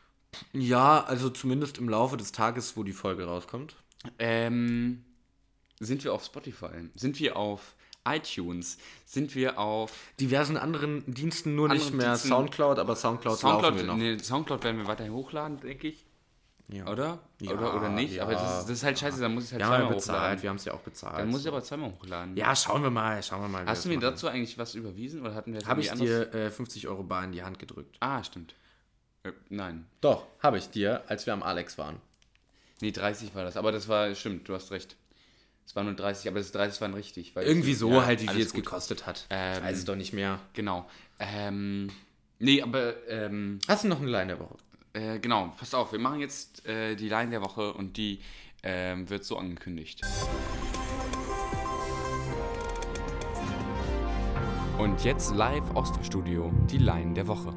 Ja, also zumindest im Laufe des Tages, wo die Folge rauskommt. ähm, sind wir auf Spotify? Sind wir auf iTunes? Sind wir auf Diversen anderen Diensten, nur Andere nicht mehr Diensten- Soundcloud, aber Soundcloud, laufen wir Soundcloud? noch. Nee, Soundcloud werden wir weiterhin hochladen, denke ich. Ja. Oder? Ja, oder? Oder nicht? ja. Aber das ist, das ist halt scheiße, dann muss ich halt Wir haben ja zweimal bezahlt, hochladen. wir haben es ja auch bezahlt. Dann muss ich aber zweimal hochladen. ja, schauen wir mal, schauen wir mal. wie Hast du wir mir das machen. dazu eigentlich was überwiesen oder hatten wir das Habe ich irgendwie anders? dir äh, fünfzig Euro bar in die Hand gedrückt? Ah, stimmt. Äh, nein. Doch, habe ich dir, als wir am Alex waren. Nee, dreißig war das. Aber das war, stimmt, du hast recht. Es waren nur dreißig, aber das dreißig waren richtig. Weil Irgendwie ich, so ja, halt, wie viel alles es gut. gekostet hat. Ähm, ich weiß es doch nicht mehr. Genau. Ähm, nee, aber, ähm, Hast du noch eine Line der Woche? äh, genau, pass auf, wir machen jetzt äh, die Line der Woche und die ähm, wird so angekündigt. Und jetzt live aus dem Studio, die Line der Woche.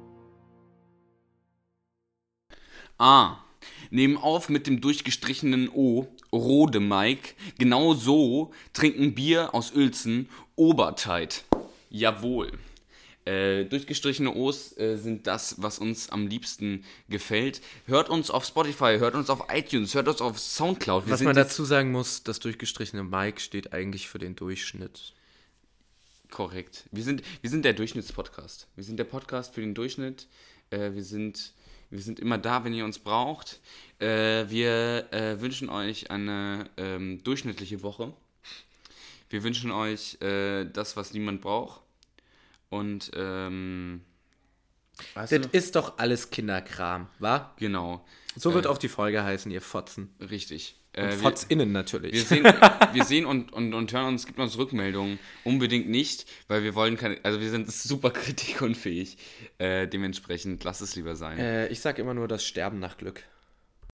Ah, nehmen auf mit dem durchgestrichenen O, Rode Mike. Genau so trinken Bier aus Uelzen, Oberteit. Jawohl. Äh, durchgestrichene O's äh, sind das, was uns am liebsten gefällt. Hört uns auf Spotify, hört uns auf iTunes, hört uns auf Soundcloud. Wir Was sind man jetzt- dazu sagen muss, das durchgestrichene Mike steht eigentlich für den Durchschnitt. Korrekt. Wir sind, wir sind der Durchschnittspodcast. Wir sind der Podcast für den Durchschnitt. Äh, wir, sind, wir sind immer da, wenn ihr uns braucht. Äh, wir äh, wünschen euch eine ähm, durchschnittliche Woche. Wir wünschen euch äh, das, was niemand braucht. Und, ähm, weißt Das du? ist doch alles Kinderkram, wa? Genau, So wird Äh, auch die Folge heißen, ihr Fotzen. richtig. Und Äh, wir, FotzInnen natürlich. wir sehen, wir sehen und, und, und hören uns, gibt uns Rückmeldungen. Unbedingt nicht, weil wir wollen keine, also wir sind super kritikunfähig. Äh, dementsprechend lasst es lieber sein. äh, ich sag immer nur das Sterben nach Glück.